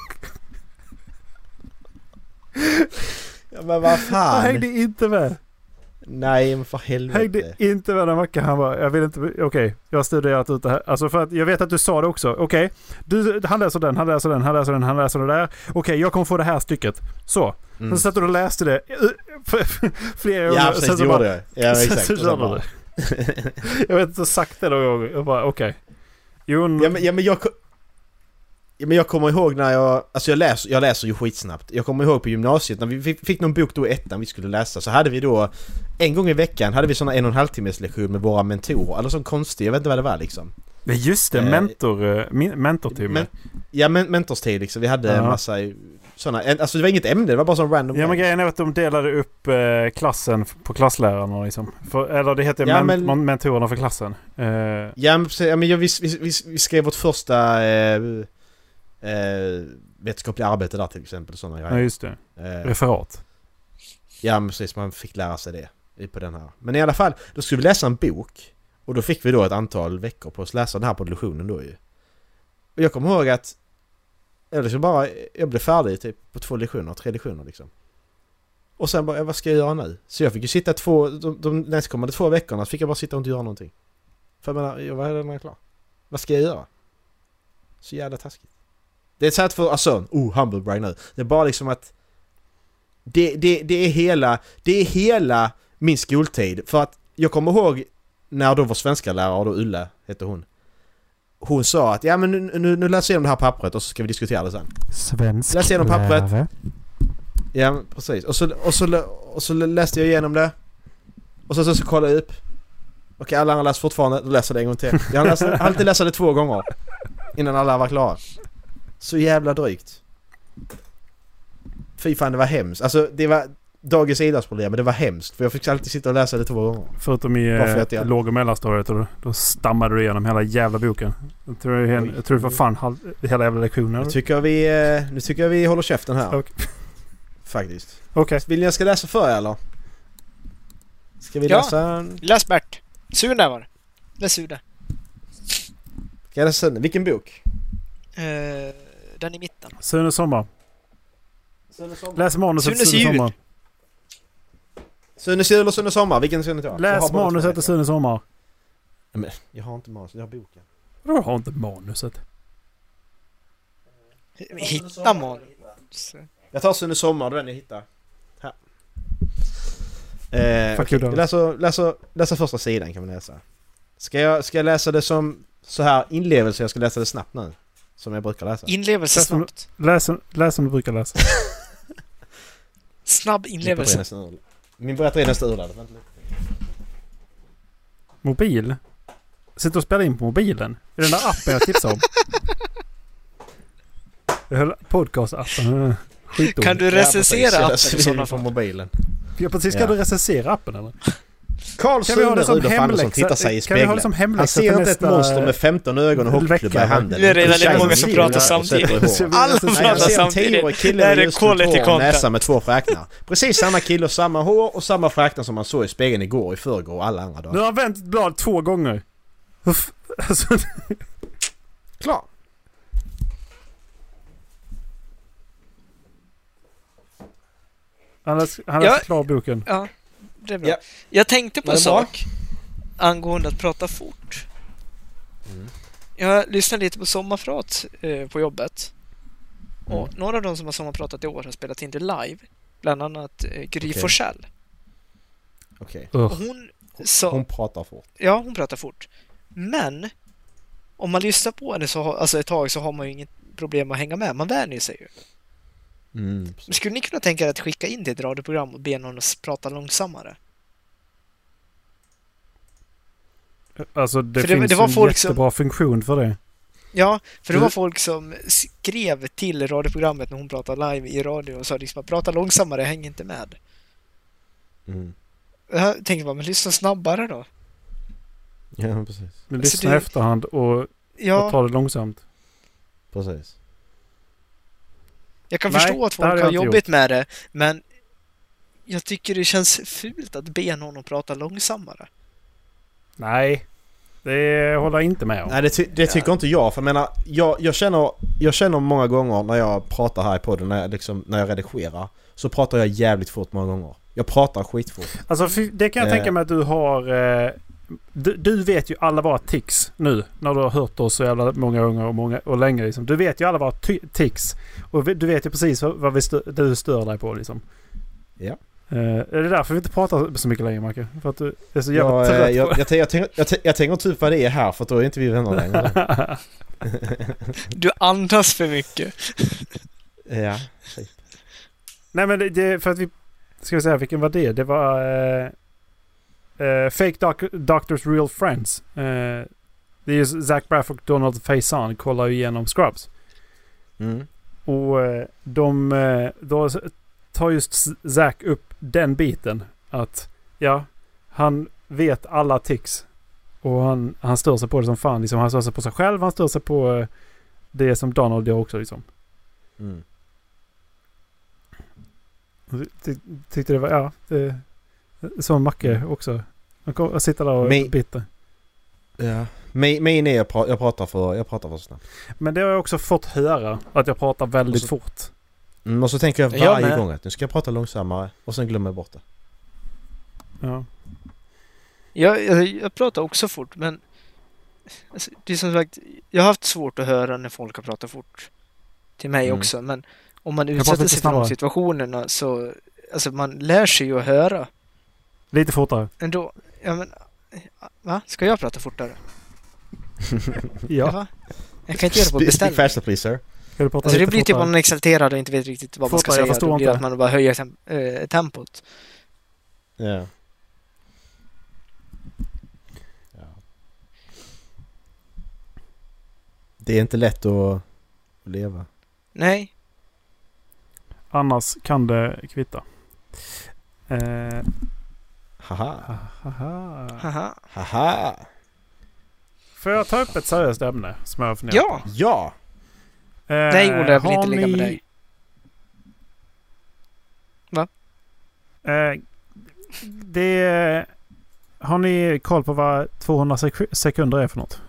Ja, men vad Jag fan? hängde inte med. Nej, men för helvete. Hängde inte med den Macke. Han bara, jag vill inte... Okej, okay, jag har studerat ut det här. Alltså för att jag vet att du sa det också. Okej, okay, han läser den, han läser den, han läser den, han läser det där. Okej, okay, jag kommer få det här stycket. Så. Mm. Så satt du och läste det flera gånger. Ja, precis, det gjorde jag. Ja, så, exakt. så, Och så sen bara, bara- jag vet inte sagt det någon gång. Jag bara, okej. Okay. Jo, Ja men, ja, men jag... ko- Ja, men jag kommer ihåg när jag... Alltså jag läser, jag läser ju skitsnabbt. Jag kommer ihåg på gymnasiet när vi fick, fick någon bok då i ettan vi skulle läsa. Så hade vi då... En gång i veckan hade vi såna en och en halv timmes lektion med våra mentorer. Eller sån konstig, jag vet inte vad det var liksom. Men just det, Eh, mentor, eh, min- mentortimme. Men, ja, men, mentorstid liksom. Vi hade Ja. en massa såna... En, alltså det var inget ämne, det var bara sån random... Ja men grejen är att de delade upp eh, klassen på klasslärarna liksom. För, eller det heter Ja, men, men- mentorerna för klassen. Eh, Ja men, precis, ja, men jag, vi, vi, vi, vi skrev vårt första... Eh, eh, vetenskapliga arbete där till exempel. Såna ja grejer. just det. Eh, Referat. Ja, men precis. Man fick lära sig det i- på den här. Men i alla fall, då skulle vi läsa en bok. Och då fick vi då ett antal veckor på att läsa den här på lektionen då ju. Och jag kommer ihåg att jag liksom bara, jag blev färdig typ på två lektioner, tre lektioner liksom. Och sen bara, ja, vad ska jag göra nu? Så jag fick ju sitta två, de, de nästkommande två veckorna så fick jag bara sitta och inte göra någonting. För jag menar, jag var redan klar. Vad ska jag göra? Så jävla taskigt. Det är ett sätt för, alltså, oh, humble brag nu. Det är bara liksom att det, det, det är hela det är hela min skoltid. För att jag kommer ihåg när då var svenska lärare, och då Ulla hette hon. Hon sa att ja men nu, nu, nu läser jag igenom det här pappret och så ska vi diskutera det sen. Svensk läser igenom pappret. lärare. Ja, precis. Och så, och, så, och så läste jag igenom det. Och så, så, så kollade jag upp. Okej, alla andra läser fortfarande. Då läser jag det en gång till. Jag har alltid läst det två gånger. Innan alla var klara. Så jävla drygt. Fy fan, det var hemskt. Alltså, det var dagens idrottsproblem, men det var hemskt. För jag fick alltid sitta och läsa det två gånger. Förutom i eh, låg- och mellanstadiet. Och då, då stammade du igenom hela jävla boken. Jag tror, jag, jag tror det var fan halv, hela jävla lektionen. Nu tycker, vi, eh, nu tycker jag vi håller käften här. Okay. Faktiskt. Okej. Okay. Vill ni jag ska läsa för eller? Ska vi ja. läsa? Läs Bert. Sune var det. Läs Sune. Ska jag läsa Sune? Vilken bok? Uh, den i mitten. Sune Sommar. Sune Sommar. Läs manuset Sunes Sune Sommar. Sunes jul och Sune Sommar. Vilken Sune tar? Läs manuset till Sune Sommar. Men, jag har inte manus, jag har boken. Du har inte manuset. Hitta manus. Jag tar Sune Sommar, den jag hittar. Här. Eh, Fuck okay. you, läser, läser, läser första sidan kan man läsa. Ska jag, ska jag läsa det som så här inlevelse? Jag ska läsa det snabbt nu. Som jag brukar läsa. Inlevelse läs som, snabbt. Läs, läs som du brukar läsa. Snabb inlevelse. Min berättare är nästan ur där. Mobil? Sitter och spelar in på mobilen? Är den där appen jag tipsar om? Jag höll podcast-appen. Skitdålig. Kan du recensera appen i sådana från mobilen? Ja, precis. Ska ja. du recensera appen eller? Karl Sune Rudolf Andersson tittar sig i spegeln. Han ser inte ett monster med femton ögon och hockeyklubba i handen. Det är redan lite många som pratar samtidigt. Alla pratar samtidigt. Det här är quality content. Näsa med två fräknar. Precis samma kille och samma hår och samma fräknar som man såg i spegeln igår, i förrgår och alla andra dagar. Nu har jag vänt ett blad två gånger. Alltså. Klar. Han läser ja. klar boken. Ja, det är bra. Ja. Jag tänkte på en sak angående att prata fort. Mm. Jag lyssnade lite på sommarprat eh, på jobbet. Mm. Och några av de som har sommarpratat i år har spelat in det live. Bland annat eh, Gry okay. Forssell. Okej. Okay. Uh. Hon, så, hon pratar fort. Ja, hon pratar fort. Men om man lyssnar på henne så, alltså ett tag så har man ju inget problem att hänga med. Man vänjer sig ju. Mm. Skulle ni kunna tänka er att skicka in det i ett radioprogram och be någon att prata långsammare? Alltså det, det finns det var en folk jättebra som, funktion för det. Ja, för det var folk som skrev till radioprogrammet när hon pratade live i radio och sa liksom att prata långsammare, häng inte med. Mm. Jag tänkte bara, men lyssna snabbare då. Ja, precis. Men lyssna alltså det, efterhand och, ja, och ta det långsamt. Precis. Jag kan Nej, förstå att folk har jobbigt gjort. med det, men jag tycker det känns fult att be någon att prata långsammare. Nej, det håller jag inte med om. Nej, det, ty- det tycker ja. inte jag. För jag menar, jag, jag, känner, jag känner många gånger när jag pratar här i podden, när jag, liksom, när jag redigerar, så pratar jag jävligt fort många gånger. Jag pratar skitfort. Alltså, det kan jag eh. tänka mig att du har... Eh, du, du vet ju alla våra tics nu, när du har hört oss så jävla många gånger och, många, och länge. Liksom. Du vet ju alla våra ty- tics. Och du vet ju precis vad, vad vi stö- du stör dig på. Liksom. Ja. Uh, är det därför vi inte pratar så mycket längre, Marke? För att du är så jävla ja, trött jag, jag, jag, jag, tänker, jag, jag tänker typ vad det är här, för att då är inte vi vänner längre. Du andas för mycket. Ja, typ. Nej, men det, det för att vi... Ska vi säga, vilken var det? Det var... Uh, uh, Fake doc- Doctors Real Friends. Uh, det är ju Zach Braff och Donald Faison kollar ju igenom Scrubs. Mm. Och uh, de... Uh, då tar just Zack upp den biten att ja, han vet alla tics och han, han stör sig på det som fan liksom. Han stör sig på sig själv, han stör sig på uh, det som Donald gör också liksom. Mm. Ty, tyckte det var ja, det, som Macke också. Han kom, sitter där och Me, bitter. Ja, min Me, är jag, pra, jag pratar för jag pratar för snabbt. Men det har jag också fått höra att jag pratar väldigt så, fort. Mm, och så tänker jag varje jag gång att nu ska jag prata långsammare och sen glömmer jag bort det. Ja. Jag, jag, jag pratar också fort, men alltså, det är som sagt, jag har haft svårt att höra när folk har pratat fort. till mig Mm. också, men om man pratar utsätter lite sig för de snabbare. situationerna så alltså man lär sig ju att höra. Lite fortare. Ändå, ja men va? Ska jag prata fortare? Ja. Va? Jag kan inte göra det på Speak beställning. faster please sir. Ska du prata Alltså det lite blir typ om fortare? man är exalterad och inte vet riktigt vad man ska Fortare, jag säga. förstår Då blir det inte. att man bara höjer tem- äh, tempot. Ja. Ja. Det är inte lätt att leva. Nej. Annars kan det kvitta. Eh, Haha. haha. Haha. Haha. Får jag ta upp ett seriöst ämne som jag har funderat Ja. Ja. på? Eh, Nej, Ola, jag vill har inte ligga med ni- dig. Va? Eh, det... Har ni koll på vad tvåhundra sek- sekunder är för något?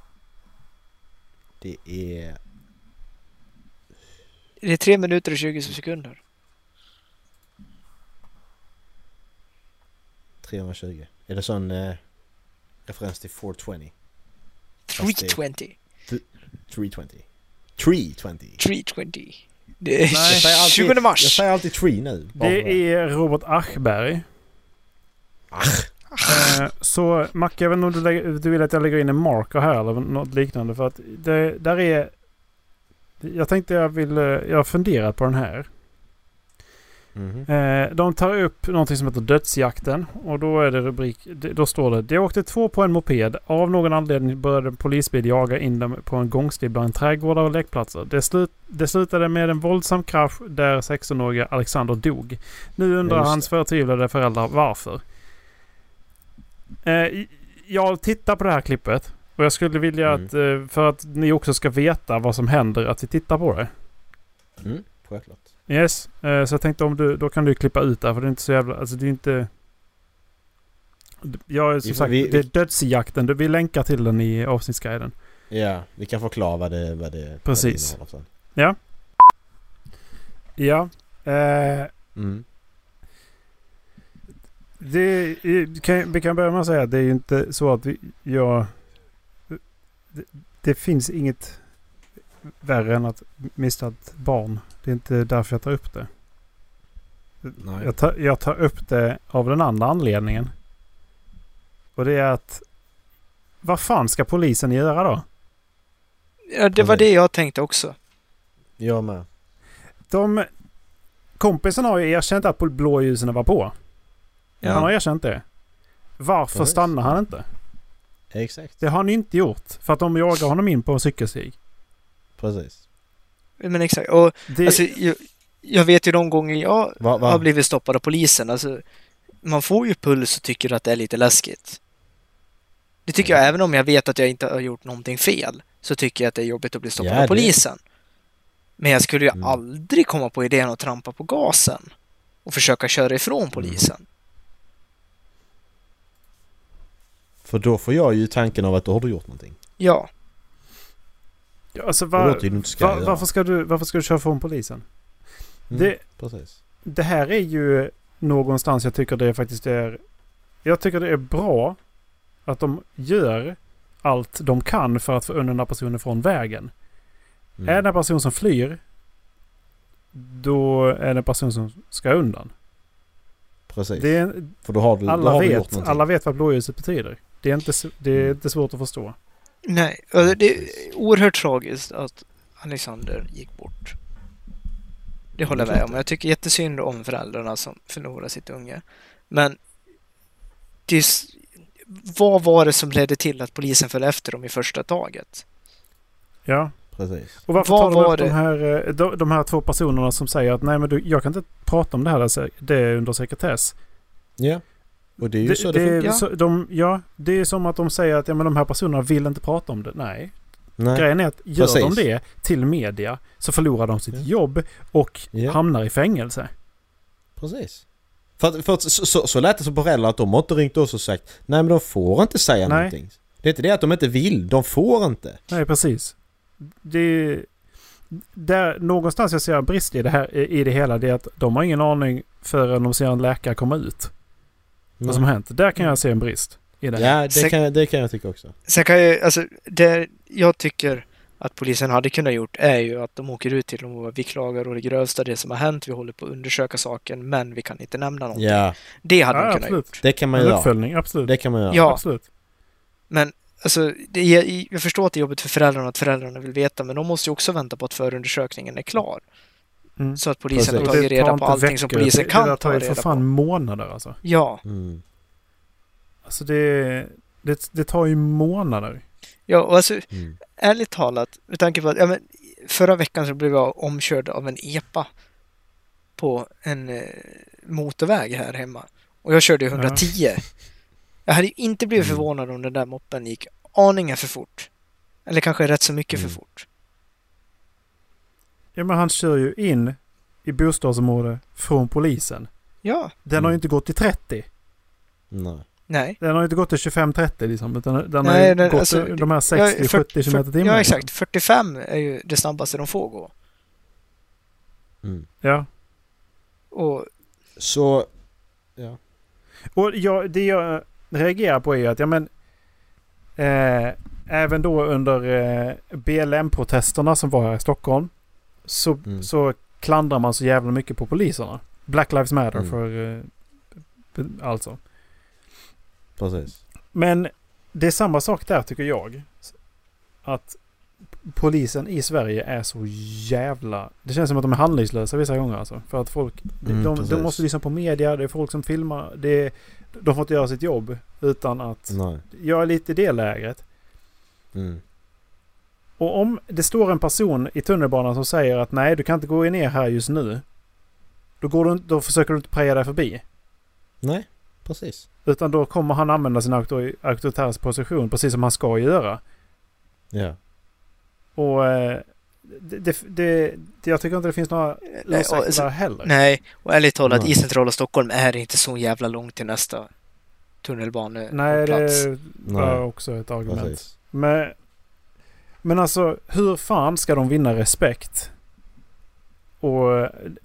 Det är... Det är tre minuter och tjugo sekunder. trehundratjugo. Är det sån eh, referens till fyrahundratjugo? trehundratjugo. trehundratjugo. trehundratjugo. trehundratjugo. Det är Jag säger alltid, tjugonde jag mars. säger alltid tree nu. Bara Det för det. är Robert Aschberg. Ach. Eh, så Macke, jag vet inte om du, lägger, du vill att jag lägger in en marker här eller något liknande. För att det där är... Jag tänkte jag vill... eh, Jag har funderat på den här. Mhm. Eh, de tar upp någonting som heter dödsjakten. Och då är det rubrik... det- Då står det: det åkte två på en moped. Av någon anledning började en polisbil jaga in dem på en gångsti bland trädgårdar och lekplatser. Det, slut, det slutade med en våldsam krasch där sexton-åriga Alexander dog. Nu undrar Ja, just hans det. förtvivlade föräldrar varför. Eh, jag tittar på det här klippet. Och jag skulle vilja Mm. att, eh, för att ni också ska veta vad som händer, att vi tittar på det. Mm, självklart. Yes, eh, så jag tänkte om du, då kan du klippa ut där, för det är inte så jävla, alltså det är inte... Ja, som Vi får- sagt, vi- det är dödsjakten. Vi länkar till den i avsnittsguiden. Ja, vi kan förklara vad det, vad det, Precis. vad det innehåller sen. Ja. Ja. Eh, Mm. det, är- kan, vi kan börja med att säga att det är ju inte så att vi, jag... Det, det finns inget värre än att mista ett barn. Det är inte därför jag tar upp det. Nej. Jag tar, jag tar upp det av den andra anledningen. Och det är att... Vad fan ska polisen göra då? Ja, det var det jag tänkte också. Jag med. De... Kompisen har ju erkänt att blåljusen var på. Ja. Han har erkänt det. Varför Precis. stannar han inte? Exakt. Det har han inte gjort. För att de jagar honom in på en cykelstig. Precis. Men exakt. Och Det, alltså, jag, jag vet ju de gånger jag Va, va? har blivit stoppad av polisen. Alltså, man får ju puls och tycker att det är lite läskigt. Det tycker jag, även om jag vet att jag inte har gjort någonting fel, så tycker jag att det är jobbigt att bli stoppad Ja, av det- polisen. Men jag skulle ju Mm. aldrig komma på idén att trampa på gasen och försöka köra ifrån polisen. För då får jag ju tanken av att då har du gjort någonting. Ja, ja, alltså, Det var, låter ju du inte ska var, göra. varför, ska du, varför ska du köra från polisen? Mm, Det, Precis. det här är ju någonstans jag tycker det faktiskt är... Jag tycker det är bra att de gör allt de kan för att få undan den här personen från vägen. Mm. Är det en person som flyr, då är det en person som ska undan. Precis. Det är, För då har du, då alla, har du gjort vet, någonting. alla vet vad blåljuset betyder. Det är inte, s- det är Mm. inte svårt att förstå. nej. Alltså, det är oerhört tragiskt att Alexander gick bort. Det håller jag med om. Jag tycker jättesynd om föräldrarna som förlorar sitt unge. Men det är, s- vad var det som ledde till att polisen föll efter dem i första taget? Ja. Precis. Och varför Vad tar de var upp de det? här, eh, de, de här två personerna som säger att nej men du, jag kan inte prata om det här, alltså, det är under sekretess. Ja. Och det är ju så det, det, funkar. är så, de, ja, det är som att de säger att ja, men de här personerna vill inte prata om det. Nej. Nej. Grejen är att gör Precis. de det till media så förlorar de sitt Ja. jobb och Ja. hamnar i fängelse. Precis. För, att, för att, så, så, så lät det som föräldrar att de har inte ringt oss och sagt nej men de får inte säga Nej. någonting. Det är inte det att de inte vill, de får inte. Nej, precis. Det där någonstans jag ser en brist i det här i det hela, det är att de har ingen aning förrän de ser en läkare komma ut. Vad som har hänt. Där kan jag se en brist i det här. Ja, det Sen- kan, det kan jag tycka också. Sen kan jag, alltså, det jag tycker att polisen hade kunnat gjort är ju att de åker ut till dem och vi klagar och det grövsta det som har hänt. Vi håller på att undersöka saken, men vi kan inte nämna någonting. Ja. Det hade Ja, de kunnat absolut. gjort. Det kan man En göra. uppföljning, absolut. Det kan man göra. Ja. Absolut. Men alltså, det är, jag förstår att det är jobbigt för föräldrarna att föräldrarna vill veta, men de måste ju också vänta på att förundersökningen är klar. Mm. Så att polisen har Precis. tagit Det reda tar på inte allting veckor. som polisen Det- kan Det där ta tar ju reda för fan på. månader alltså. Ja. Mm. Alltså det, det, det tar ju månader. Ja, och alltså, Mm. ärligt talat, med tanke på att ja, men, förra veckan så blev jag omkörd av en epa på en eh, motorväg här hemma. Och jag körde hundratio. Jag hade ju inte blivit Mm. förvånad om den där moppen gick aningen för fort. Eller kanske rätt så mycket Mm. för fort. Ja, men han kör ju in i bostadsområdet från polisen. Ja, Den har ju Mm. inte gått till trettio. Nej. nej. Den har ju inte gått till tjugofem trettio liksom. Utan den har Nej, ju den- gått alltså, till de här sextio sjuttio kilometer i timmen. Ja, exakt. fyrtiofem är ju det snabbaste de får gå. Mm. Ja. Och Så... Ja. Och jag, det jag reagerar på är ju att ja, men, eh, även då under eh, B L M-protesterna som var här i Stockholm så, Mm. så klandrar man så jävla mycket på poliserna. Black Lives Matter Mm. för eh, alltså. Precis. Men det är samma sak där tycker jag. Att polisen i Sverige är så jävla... Det känns som att de är handlingslösa vissa gånger alltså. För att folk... Mm, de, precis. de måste lyssna på media. Det är folk som filmar. Det, de får inte göra sitt jobb utan att Nej. göra lite i det lägret. Mm. Och om det står en person i tunnelbanan som säger att nej, du kan inte gå ner här just nu. Då, går du, då försöker du inte preja dig förbi. Nej, precis. Utan då kommer han använda sin auktor- auktoritära position precis som han ska göra. Ja. Och eh, det, det, det, jag tycker inte det finns några Nej, ursäkter och- alltså, där heller. nej, och ärligt talat, Nej. i centrala Stockholm är det inte så jävla långt till nästa tunnelbaneplats. Nej, det var Nej. också ett argument. Precis. Men, men alltså, hur fan ska de vinna respekt? Och,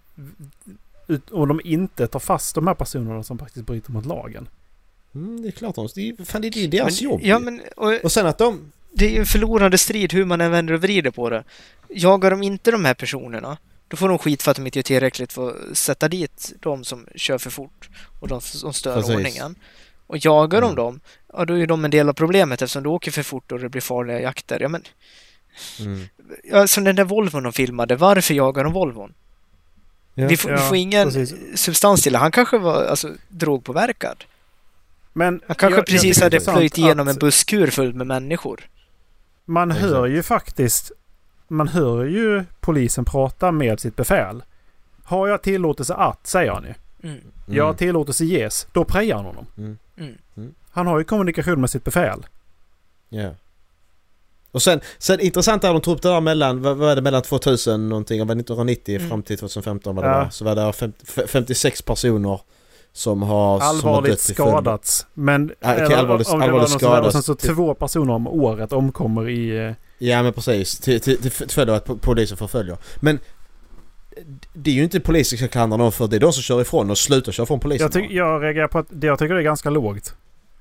ut- och de inte tar fast de här personerna som faktiskt bryter mot lagen. Mm, det är klart. De, det är, fan, det är deras Men- jobb. Ja, men och, Och sen att de... det är ju en förlorande strid hur man än vänder och vrider på det. Jagar de inte de här personerna, då får de skit för att de inte gör tillräckligt för att sätta dit de som kör för fort och de som stör Precis. ordningen. Och jagar Mm. de dem, ja då är de en del av problemet eftersom du åker för fort och det blir farliga jakter. Ja, men, Mm. ja, som den där Volvon de filmade, varför jagar de Volvon? Ja. Vi får, Ja, vi får ingen precis. substans till det. Han kanske var alltså, drogpåverkad. Men Han kanske jag- jag precis tycker hade det är sant plöjt igenom att en busskur full med människor. Man Exakt. hör ju faktiskt man hör ju polisen prata med sitt befäl. Har jag tillåtelse att, säger han ju. Mm. Mm. Jag har tillåtelse ges. Då prejar han honom. Mm. Mm. Han har ju kommunikation med sitt befäl. Ja. Och sen, sen intressant är att de tog upp det där mellan, vad var det, mellan tvåtusen någonting, och nittonhundranittio Mm. fram till tjugohundrafemton vad det Ja. var. Så var det femtio, femtiosex personer som har som har Allvarligt dött till följd- skadats. Men Ja, okej, eller allvarligt- om det var allvarligt något sånt där. Och sen skadats. så två personer om året omkommer i... eh, Ja, men precis. Till, till, till, till följd av att po- polisen förföljer. Men det är ju inte polisen som klandrar någon för det. Det är de som kör ifrån och slutar köra från polisen. Jag, tyck, jag reagerar på att det, jag tycker det är ganska lågt.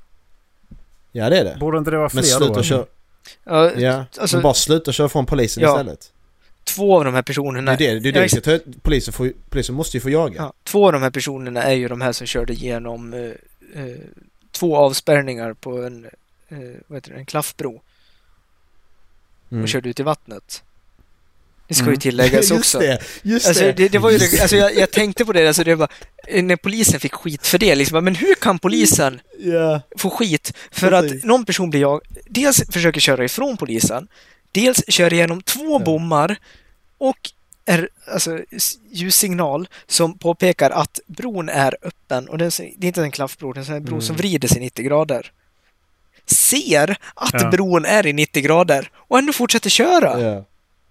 Ja, det är det. Borde inte det vara Men fler sluta då? köra... Ja, Ja, alltså- men bara sluta köra från polisen Ja. istället. två av de här personerna Det är det, det, är det. Ja, vi ska ta, polisen, får, ju- polisen måste ju få jaga. Ja, två av de här personerna är ju de här som körde igenom eh, eh, två avspärrningar på en, eh, vad heter det, en klaffbro Mm. och körde ut i vattnet. Det ska Mm. ju tilläggas Just också. det, just Alltså, det. det, det var ju, alltså jag, jag tänkte på det, alltså det var, när polisen fick skit för det, liksom, men hur kan polisen Ja. få skit för Precis. att någon person blir jag, dels försöker köra ifrån polisen, dels kör igenom två Ja. bommar och är alltså s- ljussignal som påpekar att bron är öppen och det är, det är inte en klaffbro, det är en bro Mm. som vrider sig nittio grader. Ser att Ja. bron är i nittio grader och ändå fortsätter köra. Ja.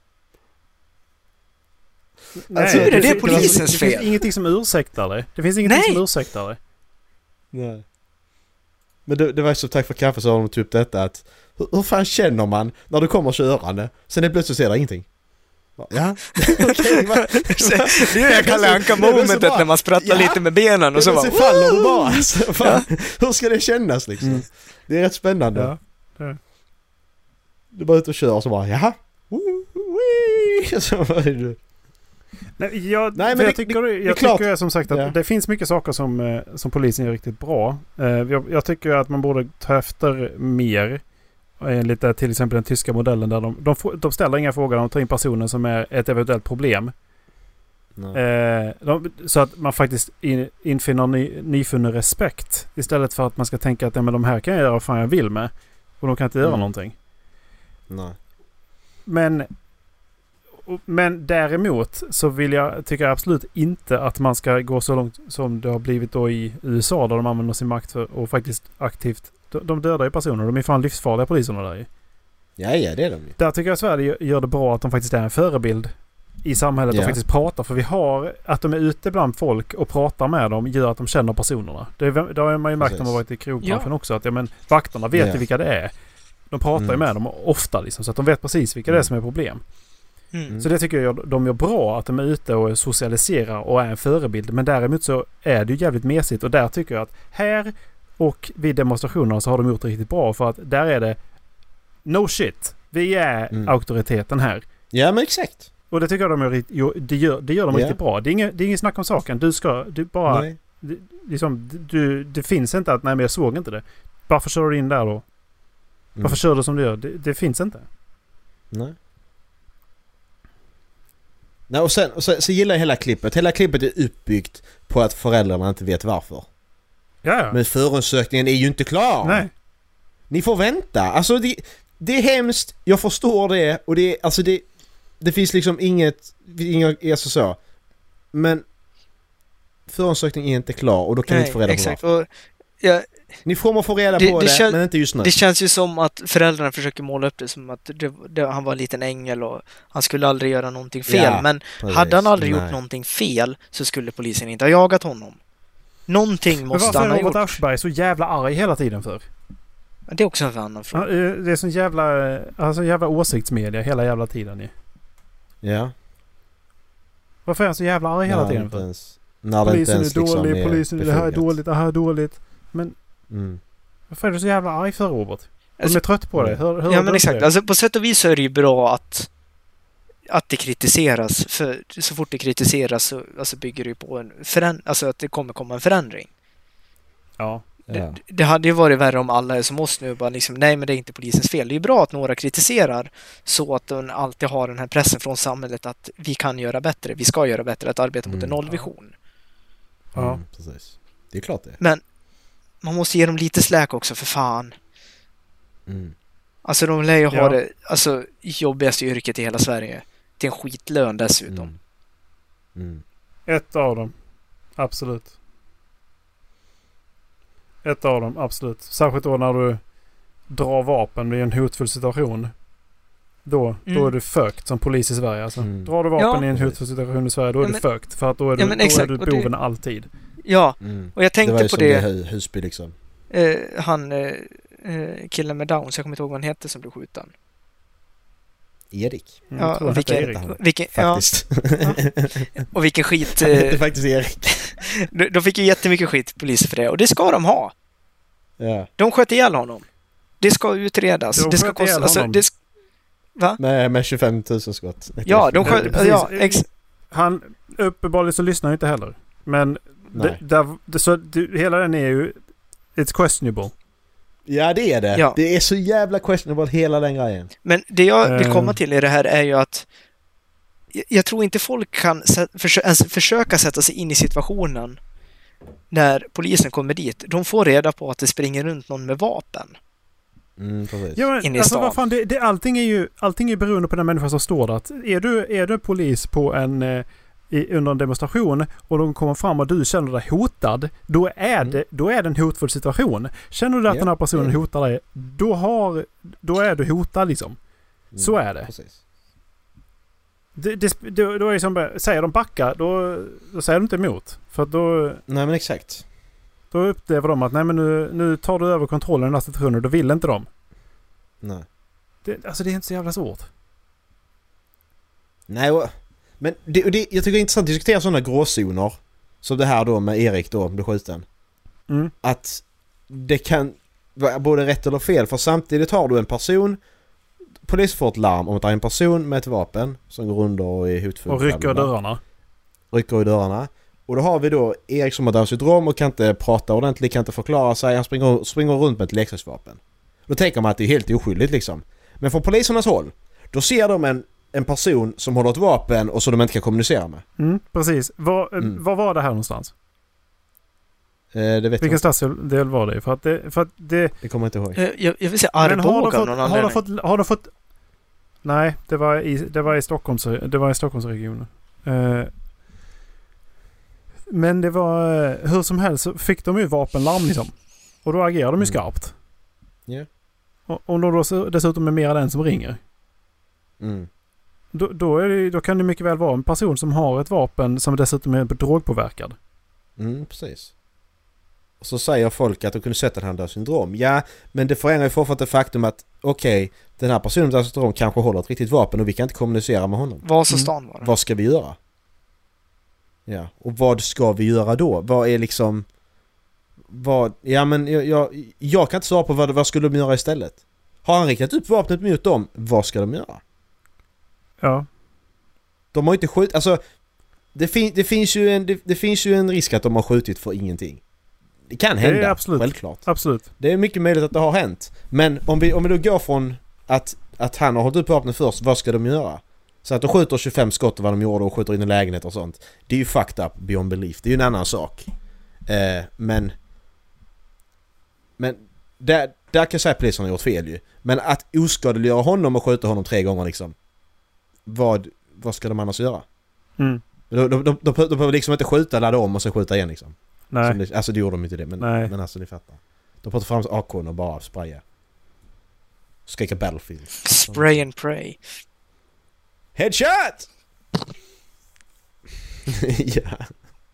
Nej, Alltså, hur är det fin- polisens det fel? finns ingenting som ursäktar det. Det finns ingenting Nej. som ursäktar det. Nej. Men det, det var ju så, tack för kaffe, så har de typ detta att hur, hur fan känner man när du kommer körande? Sen är det plötsligt ser det ingenting. Ja. Okej, va- Det är det Kalle Anka momentet när man sprattlar Ja. lite med benen och så så bara... faller du bara. Alltså, fan, hur ska det kännas liksom? Mm. Det är rätt spännande. Ja. Du bara ut och kör och så bara, jaha. Oh. så var det. Nej, jag, Nej, men för det- jag tycker, det- jag det är klart. tycker som sagt att Ja. det finns mycket saker som, eh, som polisen gör riktigt bra. Eh, jag, jag tycker att man borde ta efter mer. Enligt det, till exempel den tyska modellen där de, de, får- de ställer inga frågor, de tar in personen som är ett eventuellt problem. Nej. Eh, de, så att man faktiskt in, infinner ny, nyfunnen respekt. Istället för att man ska tänka att ja, men de här kan jag göra vad fan jag vill med. Och de kan inte göra Mm. någonting. Nej. Men, och- men däremot så vill jag, tycker jag absolut inte att man ska gå så långt som det har blivit då i U S A där de använder sin makt för och faktiskt aktivt. De, de dödar ju personer. De är fan livsfarliga poliserna där ju. Ja, ja, det är de ju. Där tycker jag Sverige gör- gör det bra att de faktiskt är en förebild i samhället och Ja. faktiskt pratar. För vi har, att de är ute bland folk och pratar med dem gör att de känner personerna. Det, är- det har man ju märkt när man Precis. varit i krogbranschen Ja. också. Att ja, men, vakterna vet Ja. ju vilka det är. De pratar ju Mm. med dem ofta liksom, så att de vet precis vilka det är Mm. som är problem. Mm. Mm. Så det tycker jag de gör bra, att de är ute och socialiserar och är en förebild. Men däremot så är det ju jävligt mesigt och där tycker jag att här och vid demonstrationerna så har de gjort det riktigt bra för att där är det no shit. Vi är Mm. auktoriteten här. Ja, men exakt. Och det tycker jag de gör, ri- jo, det gör, det gör de Ja. riktigt bra. Det är inget, det är inget snack om saken. Du ska, du bara, Nej. det, liksom, du, det finns inte att nej men jag såg inte det. Varför kör du in där då? Mm. Varför kör du som du gör? Det, det finns inte. Nej. Nej, och sen, och sen så gillar jag hela klippet. Hela klippet är uppbyggt på att föräldrarna inte vet varför. Ja, ja. Men förundersökningen är ju inte klar. Nej. Ni får vänta. Alltså det, det är hemskt. Jag förstår det. Och det, alltså det, det finns liksom inget, inget alltså så. Men förundersökningen är inte klar och då kan ni inte få reda på exakt. varför. Och, ja, Ni får få reda Det- på det det, kän- men inte just nu. det känns ju som att föräldrarna försöker måla upp det som att det, det, han var en liten ängel och han skulle aldrig göra någonting fel. Ja, men Precis. hade han aldrig Nej. gjort någonting fel så skulle polisen inte ha jagat honom. Någonting Men måste varför han är ha Robert gjort. Aschberg så jävla arg hela tiden för? Det är också en annan fråga. Ja, eh, det är sån jävla, alltså jävla åsiktsmedia hela jävla tiden ju. Ja. Varför är han så jävla arg hela När tiden inte för? ens, när det inte Polisen är ens liksom dålig, polisen är det här är befogat. dåligt, det här är dåligt. Men Mm. varför är du så jävla arg för Robert? De Alltså- är trött på dig. Hör, hör Ja du men exakt, det? alltså på sätt och vis så är det ju bra att att det kritiseras, för så fort det kritiseras så alltså bygger det ju på en föränd- alltså att det kommer komma en förändring. Ja. Ja. Det, det hade ju varit värre om alla är som oss nu och bara liksom, nej men det är inte polisens fel. Det är ju bra att några kritiserar så att de alltid har den här pressen från samhället att vi kan göra bättre, vi ska göra bättre, att arbeta mot en Mm. nollvision. Ja. Mm, precis. Det är klart det. Men man måste ge dem lite släk också för fan. Mm. Alltså de lär ju ha Ja. det alltså, jobbigaste yrket i hela Sverige. Till en skitlön dessutom. Mm. Mm. Ett av dem. Absolut. Ett av dem, absolut. Särskilt då när du drar vapen i en hotfull situation. Då, då Mm. är du fucked som polis i Sverige. Alltså. Mm. Drar du vapen Ja. i en hotfull situation i Sverige, då är Ja, du men- fucked. För att då är du, Ja, men då är exakt, du och det- boven alltid. Ja, Mm. och jag Det var tänkte ju på som det, det hu- Husby liksom. eh, han eh, eh, killen med Downs, jag kommer inte ihåg vad han hette som blev skjuten. Erik. Mm, Ja, jag tror och han hette vilken, Erik. han. vilken, ja, Faktiskt. och vilken skit. Han hette Eh, faktiskt Erik. de, de fick ju jättemycket skit, poliser, för det. Och det ska de ha. Ja. De sköt ihjäl honom. Det ska utredas. De det ska sköt kosta, ihjäl alltså, honom. det sk- Va? Med, med tjugofem tusen skott. Ja, de sköt... Precis. Ja, ex, Han, uppenbarligen så lyssnar han inte heller. Men det, Nej. där, det, så, det, hela den är ju... It's questionable. Ja, det är det. Ja. Det är så jävla questionable hela den grejen. men det jag vill Eh. komma till i det här är ju att jag, jag tror inte folk kan sä- försö, ens försöka sätta sig in i situationen när polisen kommer dit. De får reda på att det springer runt någon med vapen. Mm, precis. Ja, men, In i alltså, stan. vad fan, det, det, allting är ju allting är beroende på den människa som står där. Att Är du, är du polis på en, eh, i, under en demonstration och de kommer fram och du känner dig hotad, då är, Mm. det, då är det en hotfull situation. Känner du att Ja, den här personen det är det. hotar dig, då, har, då är du hotad liksom. Mm, Så är det. Precis. det, det då, då är det som, säger de backa, då, då säger de inte emot. För att då, Nej, men exakt. då upplever de att nej, men nu, nu tar du över kontrollen i den här situationen och då vill inte de. Nej. Det, alltså det är inte så jävla svårt. Nej, och, men det, och det, jag tycker det är intressant att diskutera sådana gråzoner. Som det här då med Erik då, blev skjuten. Mm. Att det kan vara både rätt eller fel. För samtidigt har du en person polis får ett larm om att det är en person med ett vapen som går under och är hotfull. Och rycker dörrarna. Rycker i dörrarna. Och då har vi då Erik som har Downs syndrom och kan inte prata ordentligt, kan inte förklara sig. Han springer, springer runt med ett leksaksvapen. Då tänker man att det är helt oskyldigt liksom. Men från polisernas håll, då ser de en, en person som har ett vapen och som de inte kan kommunicera med. Mm, precis. Var, mm. var var det här någonstans? Eh, det vet Vilken stadsdel var det? För att det, för att det... det kommer jag inte ihåg. Jag, jag vill säga Arboga av någon har du anledning. fått, har du fått... Nej, det var i, det var i, Stockholms, det var i Stockholmsregionen. Eh, men det var... Hur som helst så fick de ju vapenlarm liksom. Och då agerar de ju skarpt. Ja. Yeah. Och, och då, då dessutom är mer den som ringer. Mm. Då, då, är det, då kan det mycket väl vara en person som har ett vapen som dessutom är drogpåverkad. Mm, precis. Och så säger folk att de kunde sätta den här Downs syndrom. Ja, men det förändrar ju fortfarande det faktum att okej, okay, den här personen med Downs syndrom kanske håller ett riktigt vapen och vi kan inte kommunicera med honom. Vasastan var det. Vad ska vi göra? Ja, och vad ska vi göra då? Vad är liksom... Vad... Ja, men jag, jag, jag kan inte svara på vad, vad skulle de göra istället. Har han riktat upp vapnet mot dem? Vad ska de göra? Ja. De har inte skjutit... Alltså, det, fin, det, finns ju en, det, det finns ju en risk att de har skjutit för ingenting. Det kan hända, det är absolut, självklart. Absolut. Det är mycket möjligt att det har hänt. Men om vi, om vi då går från att, att han har hållit upp vapnet först, vad ska de göra? Så att de skjuter tjugofem skott och vad de gjorde och skjuter in i lägenhet och sånt. Det är ju fucked up beyond belief. Det är ju en annan sak. Eh, men men där, där kan jag säga att polisen har gjort fel ju. Men att oskadliggöra honom och skjuta honom tre gånger liksom. Vad, vad ska de annars göra? Mm. De, de, de, de, de behöver liksom inte skjuta, ladda om och så skjuta igen liksom. Nej. Det, alltså det gjorde de inte det. Men, men alltså ni fattar. De pratar fram A K:n och bara spraya. Skrika Battlefield. Spray and pray. Headshot! Ja.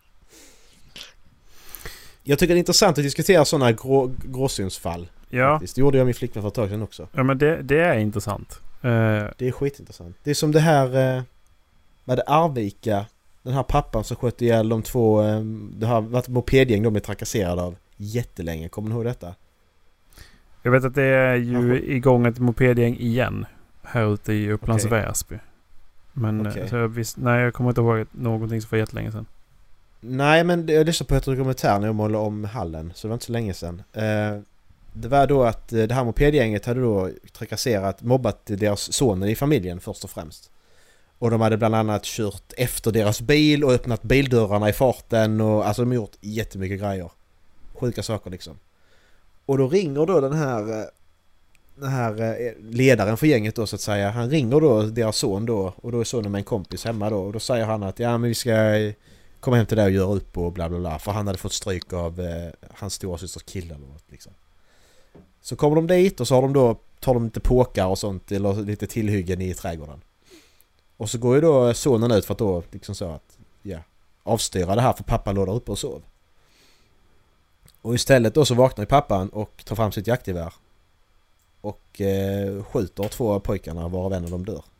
Jag tycker det är intressant att diskutera sådana grå, gråsynsfall. Ja. Faktiskt. Det gjorde jag med min flickvän för ett tag sedan också. Ja, men det, det är intressant. Uh... Det är skitintressant. Det är som det här... Eh, vad det Arvika... Den här pappan som sköt ihjäl de två... Eh, det har varit mopedgäng de är trakasserade av jättelänge. Kommer ni ihåg detta? Jag vet att det är ju Aha. igång ett mopedgäng igen. Här ute i Upplands Okay. Väsby. Men Okay. så jag visst, nej, jag kommer inte ihåg någonting som var jättelänge sedan. Nej, men jag lyssnade på ett dokumentär när jag målade om hallen. Så det var inte så länge sedan. Eh, det var då att det här mopedgänget hade då trakasserat, mobbat deras son i familjen först och främst. Och de hade bland annat kört efter deras bil och öppnat bildörrarna i farten. Och, alltså de har gjort jättemycket grejer. Sjuka saker liksom. Och då ringer då den här, den här ledaren för gänget då så att säga. Han ringer då deras son då. Och då är sonen med en kompis hemma då. Och då säger han att ja men vi ska komma hem till dig och göra upp och bla bla bla. För han hade fått stryk av eh, hans stora systers kille eller något liksom. Så kommer de dit och så har de då, tar de lite påkar och sånt eller lite tillhyggen i trädgården. Och så går ju då sonen ut för att då liksom så att ja, avstyra det här för pappa låg där uppe och sov. Och istället då så vaknar ju pappan och tar fram sitt jaktgevär. Och eh, skjuter två pojkarna varav en av dem dör.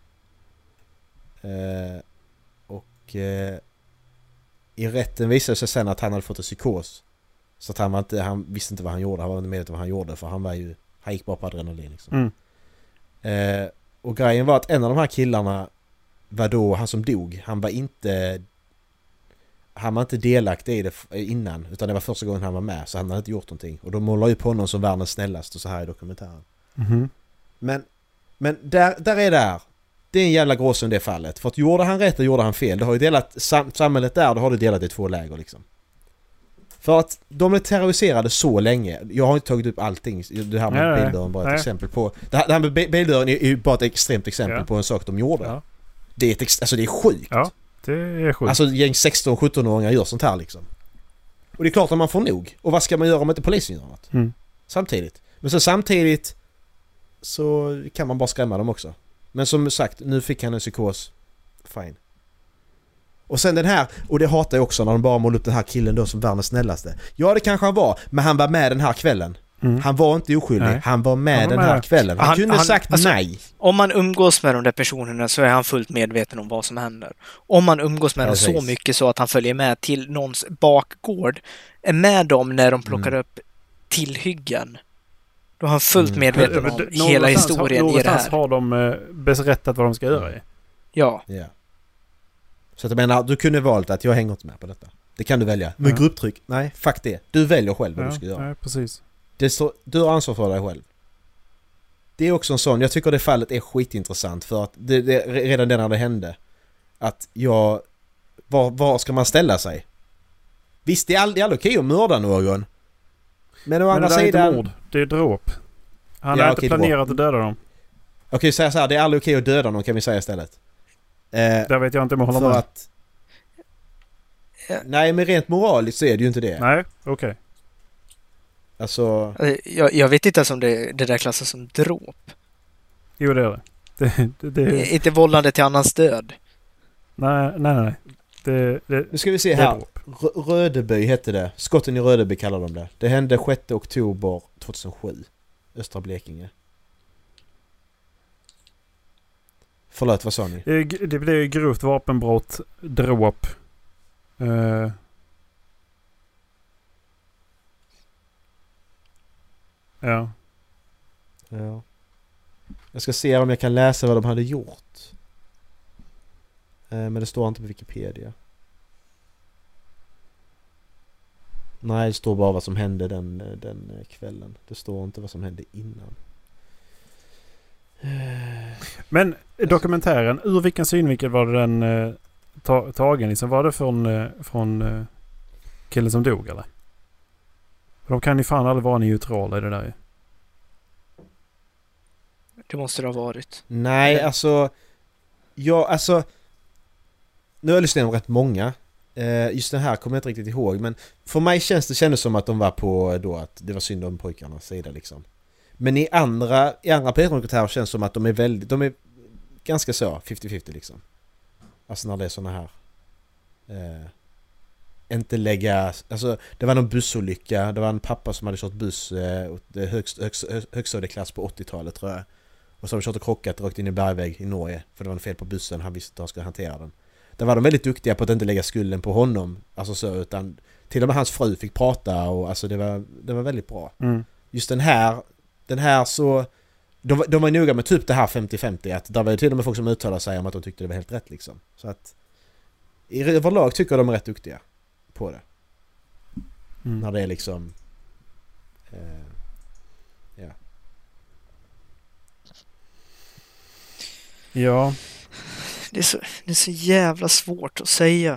Eh, och eh, i rätten visade sig sen att han hade fått en psykos. Så att han, var inte, han visste inte vad han gjorde. Han var inte medveten vad han gjorde. För han var ju, han gick bara på adrenalin liksom. Mm. Eh, och grejen var att en av de här killarna var då han som dog. Han var inte han var inte delaktig i det innan. Utan det var första gången han var med. Så han hade inte gjort någonting. Och de målar ju på honom som världens snällaste och så här i dokumentären. Mm-hmm. Men, men där, där är det här. Det är en jävla gråzon det fallet. För att gjorde han rätt och gjorde han fel. Det har ju delat sam- samhället där. Då har det delat i två läger liksom. För att de är terroriserade så länge. Jag har inte tagit upp allting. Det här med nej, bildörren bara ett nej. exempel på. Det här, det här med bildörren är ju bara ett extremt exempel ja. på en sak de gjorde. Ja. Det är ett ex- alltså det är sjukt. Ja, det är sjukt. Alltså gäng sexton-sjutton-åringar gör sånt här liksom. Och det är klart att man får nog. Och vad ska man göra om inte polisen gör något? Mm. Samtidigt. Men så samtidigt så kan man bara skrämma dem också. Men som sagt, nu fick han en psykos. Fine. Och sen den här, och det hatar jag också när de bara målar upp den här killen då som världens snällaste. Ja, det kanske han var, men han var med den här kvällen. Mm. Han var inte oskyldig, nej. han var med han var den här med. kvällen. Han, han kunde han, sagt alltså, nej. Om man umgås med de där personerna så är han fullt medveten om vad som händer. Om man umgås med Precis. dem så mycket så att han följer med till någons bakgård, är med dem när de plockar mm. upp tillhyggen, Då är han fullt medveten Mm. om Nå- hela någonstans historien har, i det någonstans här. har de eh, berättat vad de ska göra i. Ja. Ja. Så att jag menar, du kunde valt att jag hänger inte med på detta. Det kan du välja. Men Ja. grupptryck, nej, fuck det. Du väljer själv vad Ja, du ska göra. ja, precis. Det står, du har ansvar för dig själv. Det är också en sån, jag tycker det fallet är skitintressant för att det, det, redan det när det hände. Att jag, var, var ska man ställa sig? Visst, det är aldrig, aldrig okej att mörda någon. Men å Men andra det där är sidan... inte mord. Det är dråp. Han Ja, har okej, inte planerat att döda dem. Okej, säga så här, det är aldrig okej att döda någon kan vi säga istället. Eh, Där vet jag inte om jag håller för med. att... Nej, men rent moraliskt så är det ju inte det. Nej, okej. Alltså... Eh, Jag, jag vet inte ens om det, det där klassas som dråp. Jo, det är det. Det, det, det är, Inte vållande till annans död. nej, nej, nej. Det, det, Nu ska vi se det är här. dråp. Rö- Rödeby hette det. Skotten i Rödeby kallar de det. Det hände sjätte oktober tjugohundrasju. Östra Blekinge. Förlåt, vad sa ni? Det, det blir grovt vapenbrott, dråp. Uh, ja. Ja. Jag ska se om jag kan läsa vad de hade gjort. Eh, men det står inte på Wikipedia. Nej, det står bara vad som hände den, den kvällen. Det står inte vad som hände innan. Men dokumentären, ur vilken synvinkel var den eh, ta, tagen? Liksom, var det från, eh, från eh, killen som dog, eller? De kan ju fan aldrig vara neutrala i det där. Det måste det ha varit. Nej, alltså... Ja, alltså... Nu har jag lyssnat på rätt många. Eh, just den här kommer jag inte riktigt ihåg. Men för mig känns det kändes som att de var på då att det var synd om pojkarnas sida liksom. Men i andra, i andra P-dokumentärer känns det som att de är väldigt... De är ganska så femtio femtio liksom. Alltså när det är såna här... Eh, inte lägga... Alltså det var någon bussolycka. Det var en pappa som hade kört buss eh, högst, högst, högstadieklass på åttiotalet tror jag. Och så har de kört och krockat rakt in i bergvägg i Norge. För det var en fel på bussen. Han visste att han skulle hantera den. Där var de väldigt duktiga på att inte lägga skulden på honom. Alltså så, utan till och med hans fru fick prata. Och alltså det var, det var väldigt bra. Mm. Just den här, den här så... De, de var noga med typ det här femtio femtio. Att där var det till och med folk som uttalade sig om att de tyckte det var helt rätt liksom. Så att... I överlag tycker jag de är rätt duktiga på det. Mm. När det är liksom... Eh, ja. Ja. Det är, så, det är så jävla svårt att säga.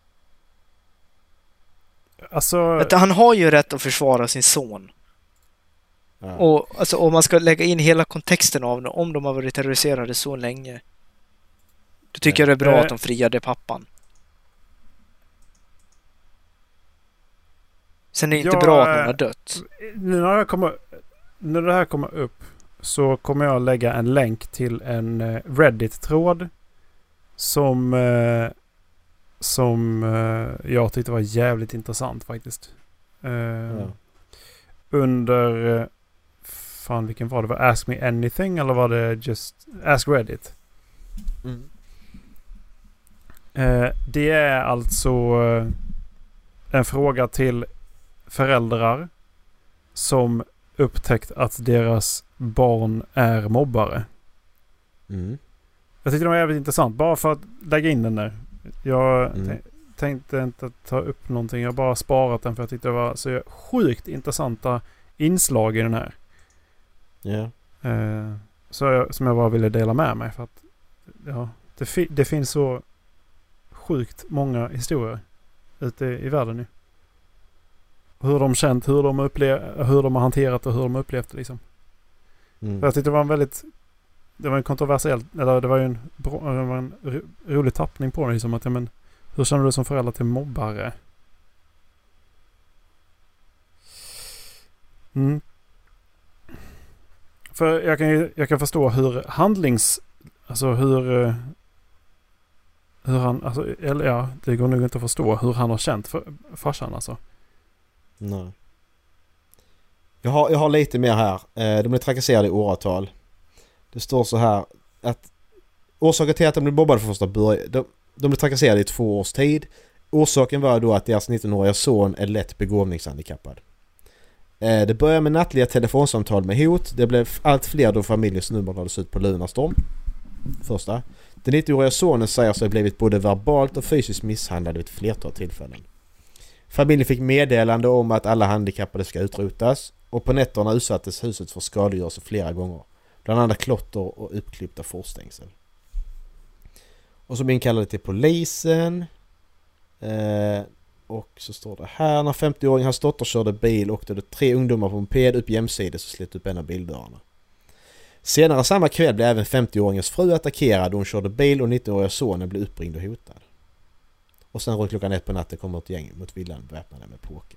Alltså... Att han har ju rätt att försvara sin son. Ja. Och alltså, om man ska lägga in hela kontexten av det, om de har varit terroriserade så länge. Då tycker Ja. jag det är bra Eh. att de friade pappan. Sen är det inte Ja, bra att någon eh, har dött. Nu när, jag kommer, när det här kommer upp så kommer jag lägga en länk till en eh, Reddit-tråd som, eh, som eh, jag tyckte var jävligt intressant faktiskt. Eh, Ja. Under... Eh, fan, vilken var det? Var Ask Me Anything eller var det just Ask Reddit? Mm. Eh, det är alltså eh, en fråga till föräldrar som upptäckt att deras barn är mobbare. Mm. Jag tyckte det var jävligt intressant. Bara för att lägga in den där. Jag Mm. t- tänkte inte ta upp någonting. Jag har bara sparat den för jag tyckte det var så sjukt intressanta inslag i den här. Ja. Eh, så jag, som jag bara ville dela med mig. För att ja, det, fi- det finns så sjukt många historier ute i, i världen nu. Hur de känt, hur de, upplev, hur de har hanterat och hur de upplevt det liksom. Mm. Jag tyckte det var en väldigt... Det var en kontroversiell... Eller det var ju en, bra, det var en ro, rolig tappning på det. Liksom att, ja, men, hur känner du som förälder till mobbare? Mm. För jag kan ju jag kan förstå hur handlings... Alltså hur... eh, Hur han... Alltså, eller ja, det går nog inte att förstå hur han har känt för farsan alltså. Nej. Jag har, jag har lite mer här. Eh, de blev trakasserade i åratal. Det står så här att orsaken till att de blev mobbade för första början, de, de blev trakasserade i två års tid. Orsaken var då att deras nittonåriga son är lätt begåvningshandikappad. Eh, det började med nattliga telefonsamtal med hot. Det blev allt fler då familjens nummer lades ut på Lunarstorm. Första. Den nittonåriga sonen säger sig ha blivit både verbalt och fysiskt misshandlad vid ett flertal tillfällen. Familjen fick meddelande om att alla handikappade ska utrotas och på nätterna utsattes huset för skadegörelse flera gånger. Bland annat klotter och uppklippta forstängsel. Och så inkallade till polisen. Eh, och så står det här. När femtio-åringen hans dotter körde bil åkte det tre ungdomar på moped upp jämsides och slet upp en av bildörrarna. Senare samma kväll blev även femtio-åringens fru attackerad och hon körde bil och nittonåriga sonen blev uppringd och hotad. Och sen runt klockan ett på natten kommer ett gäng mot villan beväpnade med påkar.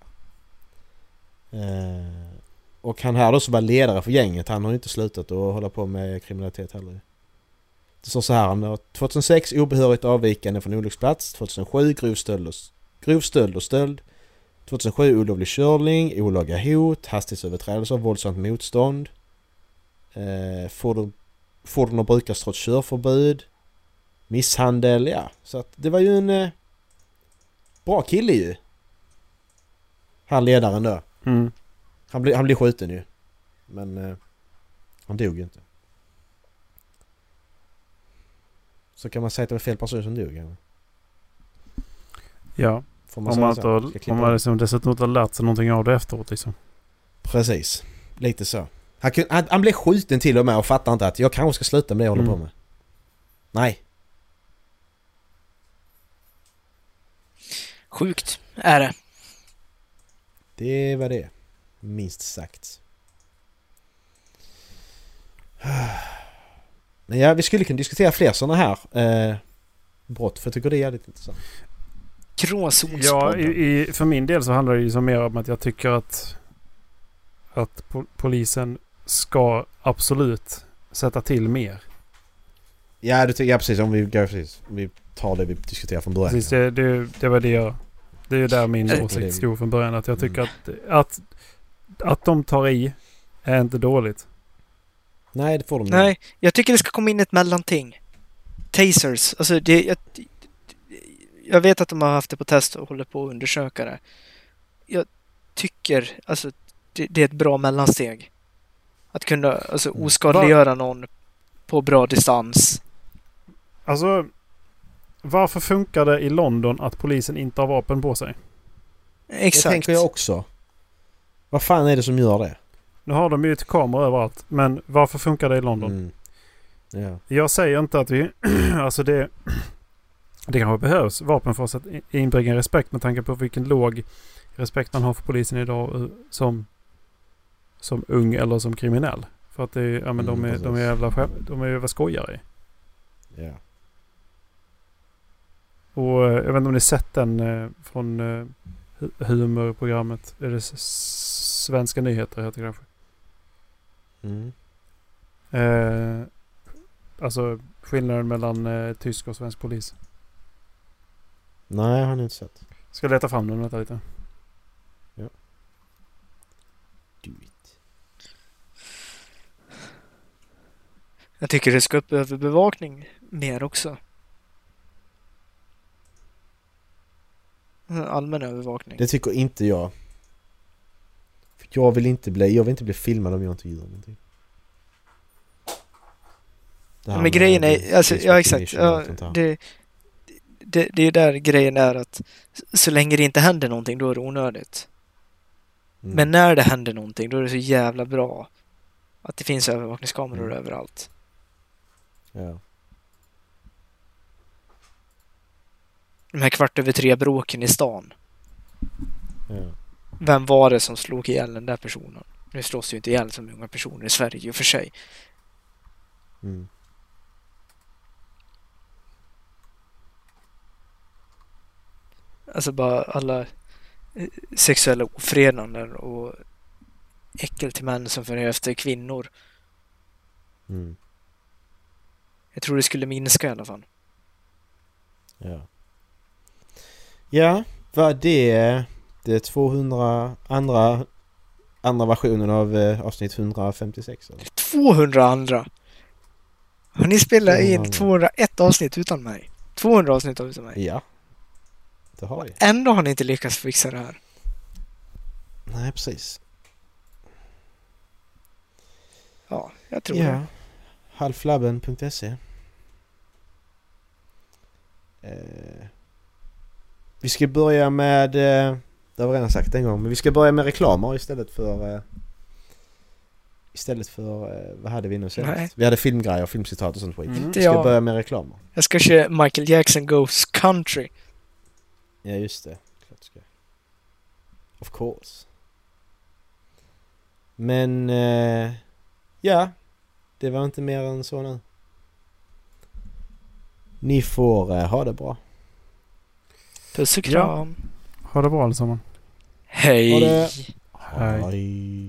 Eh, och han här då som var ledare för gänget, han har inte slutat att hålla på med kriminalitet heller. Det står så här, han har tjugohundrasex obehörigt avvikande från olycksplats, tjugohundrasju grov stöld och, grov stöld och stöld, tjugohundrasju olovlig körning, olaga hot, hastighetsöverträdelser, våldsamt motstånd, eh, fordon, fordon och brukas trots körförbud, misshandel, ja. Så att det var ju en eh, bra kille ju. Han ledaren då. Mm. Han blev han blev skjuten ju. Men eh, han dog ju inte. Så kan man säga att det var fel person som dog. Ja. Ja. Får man om man, inte, har- om man liksom dessutom inte har lärt sig någonting av det efteråt liksom. Precis. Lite så. Han, kun, han, han blev skjuten till och med och fattar inte att jag kanske ska sluta med det jag håller Mm. på med. Nej. Sjukt är det. Det var det. Minst sagt. Men ja, vi skulle kunna diskutera fler sådana här eh, brott, för jag tycker det är jävligt intressant. Ja, Gråzonspodden. i, i, för min del så handlar det ju så mer om att jag tycker att att po- polisen ska absolut sätta till mer. Ja, det tycker jag precis. Om vi, ja, precis. Om vi tar det vi diskuterar från början. Precis, det, det, det var det jag... Det är ju där min Äh, åsikt stod från början. Att jag tycker att, att att de tar i är inte dåligt. Nej, det får de inte. Nej, jag tycker det ska komma in ett mellanting. Tasers. Alltså det, jag, jag vet att de har haft det på test och håller på att undersöka det. Jag tycker alltså det, det är ett bra mellansteg. Att kunna alltså, Mm. oskadliggöra någon på bra distans. Alltså, varför funkar det i London att polisen inte har vapen på sig? Exakt. Det tänker jag också. Vad fan är det som gör det? Nu har de ju ett kamera överallt. Men varför funkar det i London? Mm. Ja. Jag säger inte att vi... alltså det... Det kanske behövs vapen för oss att inbringa respekt med tanke på vilken låg respekt man har för polisen idag eh, som som ung eller som kriminell. För att det, ja, men de, Mm, är, de är jävla skäm, de är jävla skojare. Ja. Och eh, jag vet inte om ni sett den eh, från eh, hu- humorprogrammet. Är det s- Svenska nyheter heter det kanske? Mm. Eh, alltså skillnaden mellan eh, tysk och svensk polis. Nej, jag har inte sett. Ska jag leta fram den vänta lite. Do it. Jag tycker det ska upp över bevakning mer också. Allmän övervakning. Det tycker inte jag. För jag vill inte bli, jag vill inte bli filmad om jag inte gör någonting. Det här Men med- grejen det- är, alltså, ja exakt, definition och ja, allt sånt här. det, det, det är där grejen är att så länge det inte händer någonting då är det onödigt. Mm. Men när det händer någonting då är det så jävla bra att det finns övervakningskameror Mm. överallt. Ja. De här kvart över tre bråken i stan. Ja. Vem var det som slog ihjäl den där personen? Nu slås ju inte ihjäl så många personer i Sverige i och för sig. Mm. Alltså bara alla eh, sexuella ofredanden och äckel till män som följer efter kvinnor. Mm. Jag tror det skulle minska i alla fall. Ja. Ja, vad det det är tvåhundra andra andra versionen av eh, avsnitt hundrafemtiosex eller? tvåhundra andra! Har ni spelat in tvåhundra. tvåhundraett avsnitt utan mig? tvåhundra avsnitt utan mig? Ja. Det har vi. Ändå har ni inte lyckats fixa det här. Nej, precis. Ja, jag tror Ja. det. halflabben punkt se. Eh, vi ska börja med... Eh, det har vi redan sagt en gång. Men vi ska börja med reklamer istället för... Eh, istället för... Eh, vad hade vi nu senast? Nej. Vi hade filmgrejer och filmcitat och sånt skit. Mm. Inte Vi ska jag. börja med reklamer. Jag ska köra Michael Jackson Goes Country. Ja, just det. Klart ska. Of course. Men... Eh, ja. Det var inte mer än så nu. Ni får eh, ha det bra. Puss och kram. Ha det bra allesammans. Hej. Ha det. Hej. Hej.